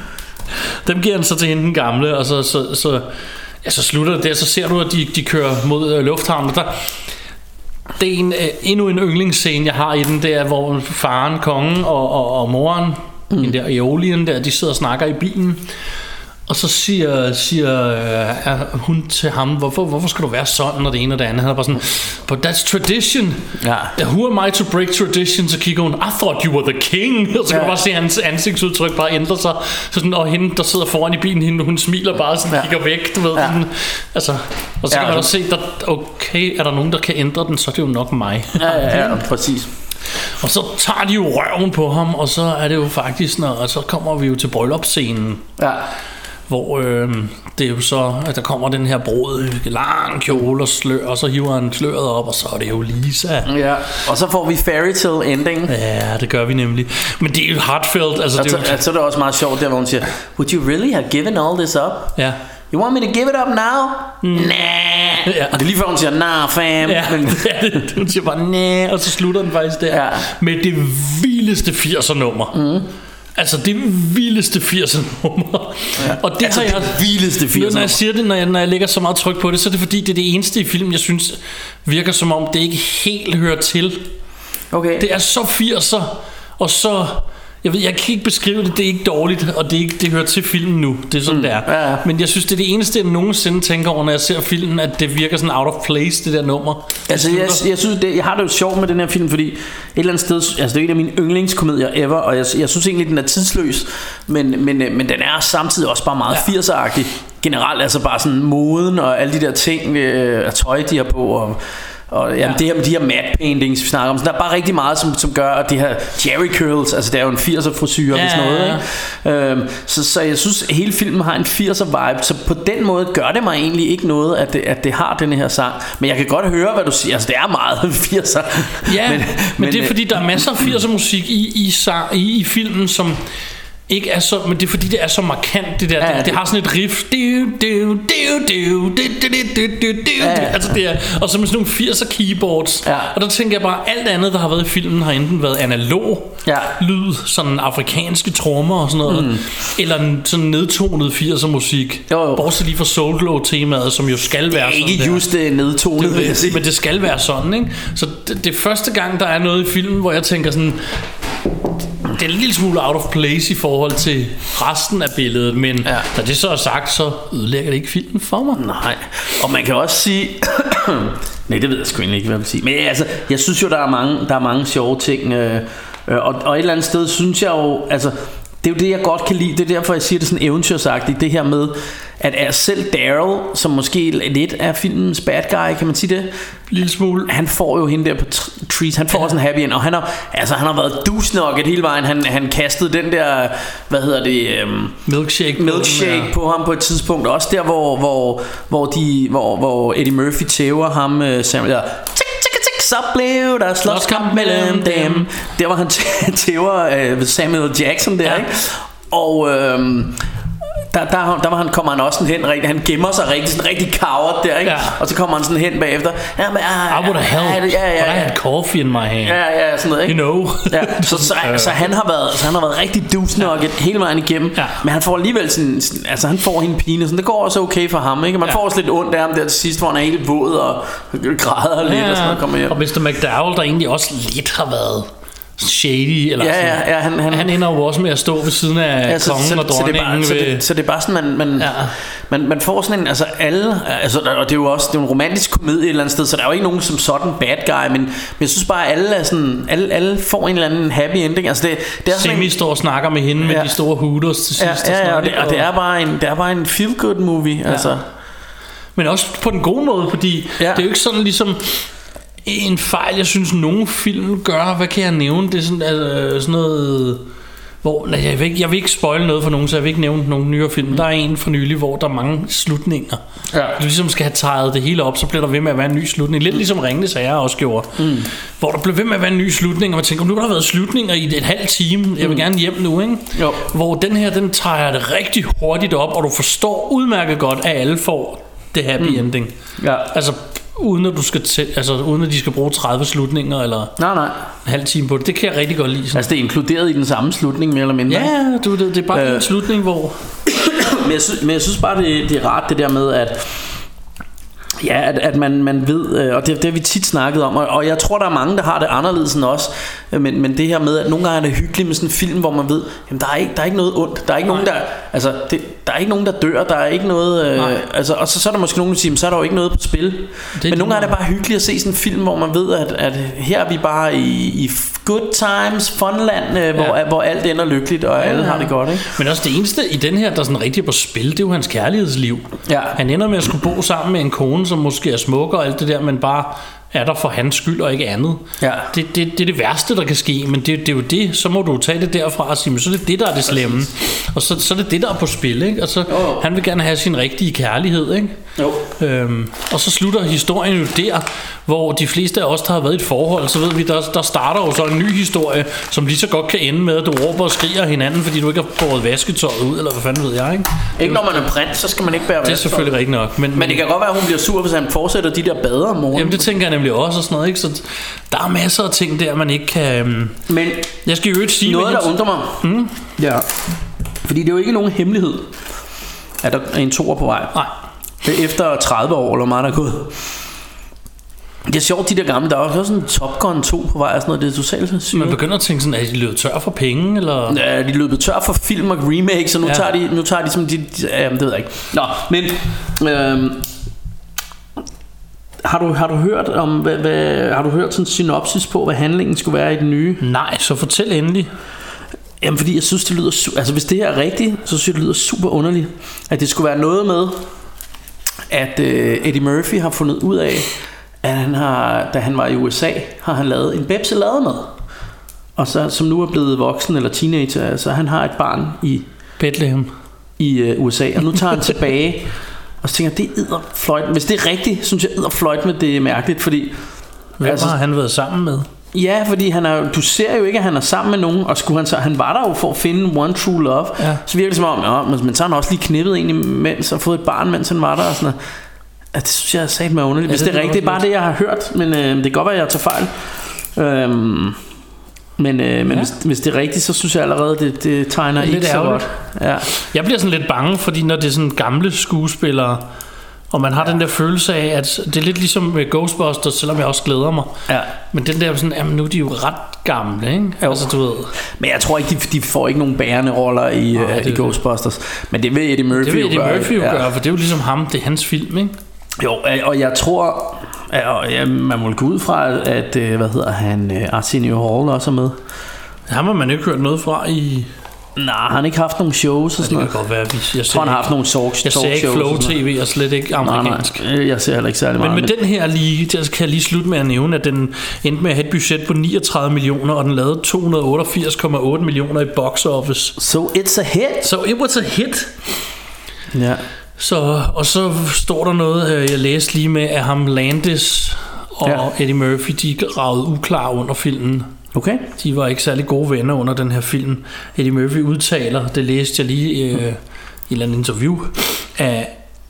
Dem giver han så til hende den gamle, og så, så, så, ja, så slutter det der. Så ser du, at de, de kører mod øh, lufthavnen. Der, det er en, øh, endnu en yndlingsscene, jeg har i den, det er, hvor faren, kongen og, og, og moren, mm. den der Eolien der, de sidder og snakker i bilen. Og så siger, siger øh, hun til ham, hvorfor, hvorfor skal du være sådan, og det ene og det andet. Han er bare sådan, but that's tradition. Ja. Who am I to break tradition? Så kigger hun, I thought you were the king. Og så kan Ja. du bare se, hans ansigtsudtryk bare ændre sig. Så sådan, og hende, der sidder foran i bilen, hende, hun smiler bare sådan, Ja. kigger væk, du ved. Ja. Sådan, altså, og så Ja, kan man altså- også se, der, okay, er der nogen, der kan ændre den, så er det jo nok mig. Ja, ja, ja, præcis. Og så tager de jo røven på ham, og så er det jo faktisk, når, og så kommer vi jo til bryllupsscenen. Ja. Hvor øh, det er jo så, at der kommer den her brud, lang kjole og slør, og så hiver han sløret op, og så er det jo Lisa. Ja. Og så får vi fairy tale ending. Ja, det gør vi nemlig. Men det er jo heartfelt. Altså, Og det så, er jo, så er det også meget sjovt der, hvor hun siger, would you really have given all this up? ja. You want me to give it up now? Nah. Ja. Og det er lige før hun siger, nah fam. Ja, Men, ja det, hun siger bare, næh, og så slutter den faktisk der. Ja. Med det vildeste firser nummer. Mm. Altså det vildeste firser nummer. Ja. Og det altså har jeg, det vildeste firser Når jeg siger det, når jeg, når jeg lægger så meget tryk på det, så er det fordi, det er det eneste i filmen, jeg synes virker som om, det ikke helt hører til. okay. Det er så firser, og så... Jeg ved, jeg kan ikke beskrive det, det er ikke dårligt, og det, er ikke, det hører til filmen nu. Det er sådan, mm, det er. ja, ja. Men jeg synes, det er det eneste, jeg nogensinde tænker over, når jeg ser filmen, at det virker sådan out of place, det der nummer. Altså jeg, jeg synes det, jeg har det jo sjovt med den her film, fordi et eller andet sted, altså det er en af mine yndlingskomedier ever, og jeg, jeg synes egentlig den er tidsløs, men, men, men den er samtidig også bare meget Ja. firser-agtig generelt, altså bare sådan moden og alle de der ting øh, og tøj de har på, og og jamen, Ja. det her med de her matte paintings vi snakker om, så der er bare rigtig meget som, som gør, at de her Jerry curls, altså det er jo en firser frisyre, Ja, hvis noget, ikke? Øhm, så, så jeg synes at hele filmen har en firser vibe, så på den måde gør det mig egentlig ikke noget, at det, at det har den her sang, men jeg kan godt høre hvad du siger, altså det er meget firser. Ja, men, men, men det er fordi, der er masser af firser musik i, i, sang, i, i filmen, som ikke er så, men det er fordi det er så markant det der, Ja, ja, det, det- det har sådan et riff, du, du, du, du, du, du, du, du, du, Ja, ja. altså det er, og så med sådan nogle firser keyboards, Ja. og der tænker jeg bare, alt andet der har været i filmen har enten været analog Ja. lyd, sådan afrikanske trommer og sådan noget, mm. eller en sådan nedtonet firser musik, Jo, jo. bortset lige fra Soul Glow temaet, som jo skal være sådan Ikke der. just det nedtonet, vil jeg sige. Men det skal være sådan, ikke? Så det, det er første gang, der er noget i filmen, hvor jeg tænker sådan, det er en lille smule out of place i forhold til resten af billedet, men Ja. da det så er sagt, så ødelægger det ikke filmen for mig. Nej, og man kan også sige Nej, det ved jeg sgu egentlig ikke, hvad jeg vil sige. Men altså, jeg synes jo, der er mange, der er mange sjove ting. Øh, og, og et eller andet sted synes jeg jo, altså, det er jo det, jeg godt kan lide. Det er derfor, jeg siger det sådan eventyrsagtigt. Det her med, at er selv Daryl, som måske lidt er filmens bad guy, kan man sige det? Lille smule. Han får jo hende der på t- Trees. Han får ja. også en happy end. Og han har, altså, han har været douche-knocket hele vejen. Han, han kastede den der, hvad hedder det? Um, milkshake, milkshake på, på ham på et tidspunkt. Også der, hvor, hvor, hvor, de, hvor, hvor Eddie Murphy tæver ham. Uh, Samuel, der, så blev der slåskamp mellem dem. Der var han tæver uh, Samuel Jackson der, ja. Ikke? Og øhm, der, der, der var han, kommer han også sådan hen rigtig, han gemmer sig rigtig, sådan rigtig coward der, ikke? Ja. Og så kommer han sådan hen bagefter. Ja, men, uh, I would have helped, ja, ja, ja, but I had coffee in my hand. Ja, ja, sådan noget, ikke? You know. Ja, så, så, så, han har været, så han har været rigtig douche-knocket ja. hele vejen igennem. Ja. Men han får alligevel sådan, altså han får hende pine, sådan, det går også okay for ham, ikke? Man ja. får også lidt ondt af ham der til sidst, hvor han er helt våd og græder lidt ja. og sådan noget, kommer hjem. Og mister McDowell, der egentlig også lidt har været shady eller ja, sådan. Ja, ja, han, han, han ender jo også med at stå ved siden af ja, kongen så, og dronningen. Så, så, så, så det er bare sådan man man, ja. man man får sådan en, altså alle, altså, og det er jo også det er en romantisk komedie et eller andet sted, så der er jo ikke nogen som sådan bad guy, men, men jeg synes bare at alle er sådan alle alle får en eller anden happy ending. Altså det det er sådan Semi står og snakker med hende ja. med de store hooters til sidst. Ja, ja, ja, og, det, og det er bare en det er bare en feel good movie, ja. altså. Men også på den gode måde, fordi ja. det er jo ikke sådan ligesom en fejl, jeg synes nogle film gør. Hvad kan jeg nævne? Det er sådan, altså, sådan noget hvor, nej, jeg, vil ikke, jeg vil ikke spoile noget for nogen, så jeg vil ikke nævne nogle nyere film. mm. Der er en for nylig, hvor der er mange slutninger. Ja. Du ligesom skal have teget det hele op, så bliver der ved med at være en ny slutning. Lidt ligesom Ringenes Herre også gjorde, mm. hvor der blev ved med at være en ny slutning, og man tænker, nu har der været slutninger i et halvt time. Jeg vil gerne hjem nu, ikke? Jo. Hvor den her, den tager det rigtig hurtigt op, og du forstår udmærket godt, at alle får det happy mm. ending. Ja. Altså uden at du skal t- altså uden at de skal bruge tredive slutninger eller nej nej en halv time på det. Det kan jeg rigtig godt lide. Sådan. Altså det er inkluderet i den samme slutning mere eller mindre. Ja, du det, det er bare øh. en slutning hvor men jeg synes, men jeg synes bare det, det er rart det der med at ja, at, at man, man ved, og det, det har vi tit snakket om, og, og jeg tror der er mange der har det anderledes end os, men, men det her med at nogle gange er det hyggeligt med sådan en film, hvor man ved, jamen der er ikke, der er ikke noget ondt, der er ikke Nej. nogen der, altså det, der er ikke nogen der dør, der er ikke noget, øh, altså, og så, så er der måske nogen der siger, så er der jo ikke noget på spil, det men nogle gange er det bare hyggeligt at se sådan en film, hvor man ved at, at her er vi bare i, i good times, funland, øh, hvor, ja. hvor alt ender lykkeligt og alle ja. har det godt, ikke? Men også det eneste i den her der er sådan rigtig på spil, det er jo hans kærlighedsliv. Ja. Han ender med at skulle bo sammen med en kone som måske er smuk og alt det der, men bare er der for hans skyld og ikke andet. Ja. Det, det, det er det værste der kan ske, men det, det er jo det. Så må du tage det derfra og sige, men så er det det der er det slemme, og så, så er det det der er på spil, ikke? Og så oh. han vil gerne have sin rigtige kærlighed, ikke? Jo. Øhm, og så slutter historien jo der, hvor de fleste af os der har været i et forhold, så ved vi der, der starter jo så en ny historie, som lige så godt kan ende med at du råber og skriger hinanden, fordi du ikke har båret vasketøjet ud, eller hvad fanden ved jeg, ikke? Ikke når man er prins, så skal man ikke bære vasketøj. Det er selvfølgelig rigtigt nok, men, men det kan godt være at hun bliver sur, hvis han fortsætter de der bader om morgenen. Jamen det tænker jeg nemlig også og sådan noget, ikke? Så der er masser af ting der man ikke kan. Um... Men jeg skal jo ikke sige noget der undrer mig. Mm? Ja. Fordi det er jo ikke nogen hemmelighed at der er en toer på vej. Nej. Det er efter tredive år eller meget der er gået. Det er sjovt de der gamle. Der er også sådan en Top Gun to på vej og sådan noget. Det er totalt sygt. Man begynder at tænke sådan, at de løbet tør for penge eller? Ja, de løbet tør for film og remake, så nu ja. tager de nu tager de som de, de ja, det ved jeg ikke. Nå, men øhm, Har du, har du hørt om hvad, hvad, har du hørt sådan en synopsis på hvad handlingen skulle være i den nye? Nej, så fortæl endelig. Jamen fordi jeg synes det lyder su- altså hvis det her er rigtigt, så synes jeg det lyder super underligt, at det skulle være noget med at øh, Eddie Murphy har fundet ud af at han har, da han var i U S A, har han lavet en bebse lademad, og så som nu er blevet voksen eller teenager, altså han har et barn i Bethlehem i øh, U S A, og nu tager han tilbage. Og så tænker jeg, det er edderfløjt. Hvis det er rigtigt, synes jeg edderfløjt med det er mærkeligt, fordi hvem altså, har han været sammen med? Ja, fordi han er, du ser jo ikke at han er sammen med nogen. Og skulle han så, han var der jo for at finde one true love, ja. Så virker det som om ja, men så har han også lige knippet en imens og fået et barn mens han var der og sådan noget. Ja, det synes jeg er sagt mig underligt. Hvis ja, det, det er rigtigt, det er bare det jeg har hørt. Men øh, det kan godt være at jeg tager fejl. øhm, Men, øh, men ja. hvis, hvis det er rigtigt, så synes jeg allerede det, det tegner det ikke så godt. Ja. Jeg bliver sådan lidt bange, fordi når det er sådan gamle skuespillere, og man har ja. den der følelse af at det er lidt ligesom med Ghostbusters, selvom jeg også glæder mig. Ja. Men den der sådan, jamen nu er de jo ret gamle, ikke? Altså, du ved. Men jeg tror ikke de, de får ikke nogen bærende roller i, Nej, uh, i Ghostbusters. Men det vil Eddie Murphy det vil Eddie Murphy jo gøre, ja. For det er jo ligesom ham, det er hans film, ikke? Jo, og jeg tror Ja, og ja, man må gå ud fra, at, øh, hvad hedder han, øh, Arsenio Hall også er med. Ham har man ikke hørt noget fra i... Nej, han har ikke haft nogle shows og sådan noget. Det kan godt være, vi... Jeg tror, han har haft nogle talk, Jeg ser ikke Flow T V og slet ikke amerikansk. Nej, nej, jeg ser heller ikke særlig meget. Men med men... den her lige, der kan jeg lige slutte med at nævne, at den endte med at have et budget på niogtredive millioner, og den lavede to hundrede og otteogfirs komma otte millioner i box office. So it's a hit. So it was a hit. Ja. Så, og så står der noget, jeg læste lige med, at ham Landis og ja. Eddie Murphy, de gravede uklar under filmen. Okay. De var ikke særlig gode venner under den her film. Eddie Murphy udtaler, det læste jeg lige øh, i et eller andet interview, at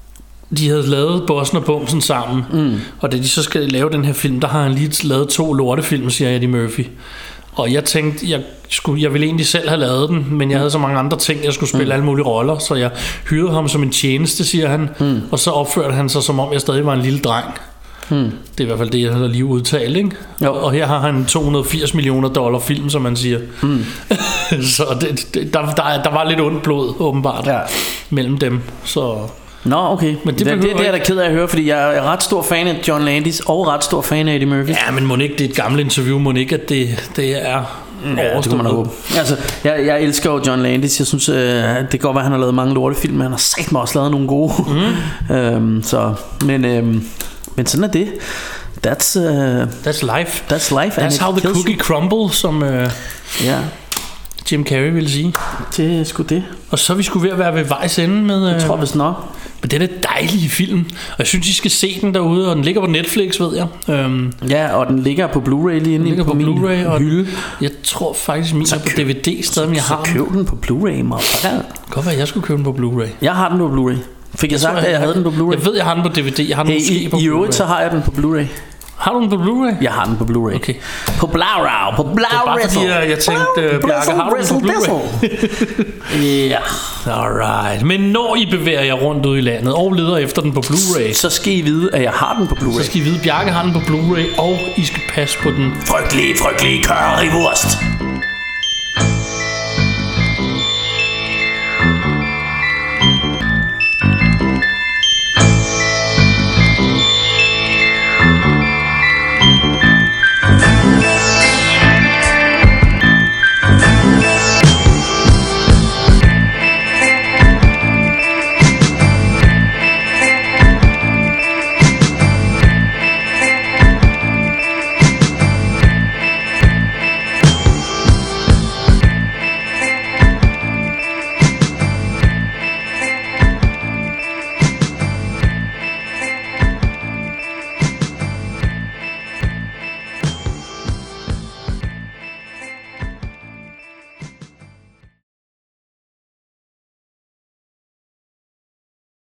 de havde lavet Bossen og Bumsen sammen, mm. og da de så skal lave den her film, der har han lige lavet to lortefilm, siger Eddie Murphy. Og jeg tænkte, jeg, skulle, jeg ville egentlig selv have lavet den, men jeg havde så mange andre ting, jeg skulle spille mm. alle mulige roller, så jeg hyrede ham som en tjeneste, siger han, mm. og så opførte han sig, som om jeg stadig var en lille dreng. Hmm. Det er i hvert fald det, jeg har lige udtalt, ikke? Og her har han to hundrede og firs millioner dollar film, som man siger. Hmm. Så det, det, der, der, der var lidt ondt blod, åbenbart, ja. mellem dem. Så... Nå, okay. Men det, det, det, det er jeg da ked af at høre, fordi jeg er ret stor fan af John Landis og ret stor fan af Eddie Murphy. Ja, men må ikke det er et gammelt interview, må ikke at det, det er ja, det kan man håbe. Altså, jeg, jeg elsker jo John Landis. Jeg synes, øh, det kan godt være, han har lavet mange lortefilm, men han har sagt mig også lavet nogle gode. Mm. øhm, så, men... Øhm, Men sådan er det. That's, uh, that's life. That's life. That's how the cookie you. crumble, som uh, yeah. Jim Carrey ville sige. Det er sgu det. Og så er vi sgu ved at være ved vejs ende med... Uh, jeg tror vist nok. Men den er dejlige film. Og jeg synes, I skal se den derude. Og den ligger på Netflix, ved jeg. Um, ja, og den ligger på Blu-ray lige inde på, på min Blu-ray, og hylde. Jeg tror faktisk, min så er på D V D stadig, men jeg har den. Så køb den på Blu-ray, motherfucker. Godt være, jeg skulle købe den på Blu-ray. Jeg har den på Blu-ray. Fik jeg, jeg sagt, at jeg, jeg havde den på Blu-ray? Jeg ved, jeg har den på D V D. Jeg har den hey, måske i, på Blu-ray. I øvrigt, så har jeg den på Blu-ray. Har du den på Blu-ray? Jeg har den på Blu-ray. Okay. På Blu-ray. På Blu-ray. Det er bare fordi, jeg, jeg tænkte, uh, Bjarke, har du den på Blu-ray? Ja. Alright. Men når I bevæger jer rundt ud i landet og leder efter den på Blu-ray, så skal I vide, at jeg har den på Blu-ray. Så skal I vide, at Bjarke har den på Blu-ray, og I skal passe på den frygtelige, frygtelige currywurst.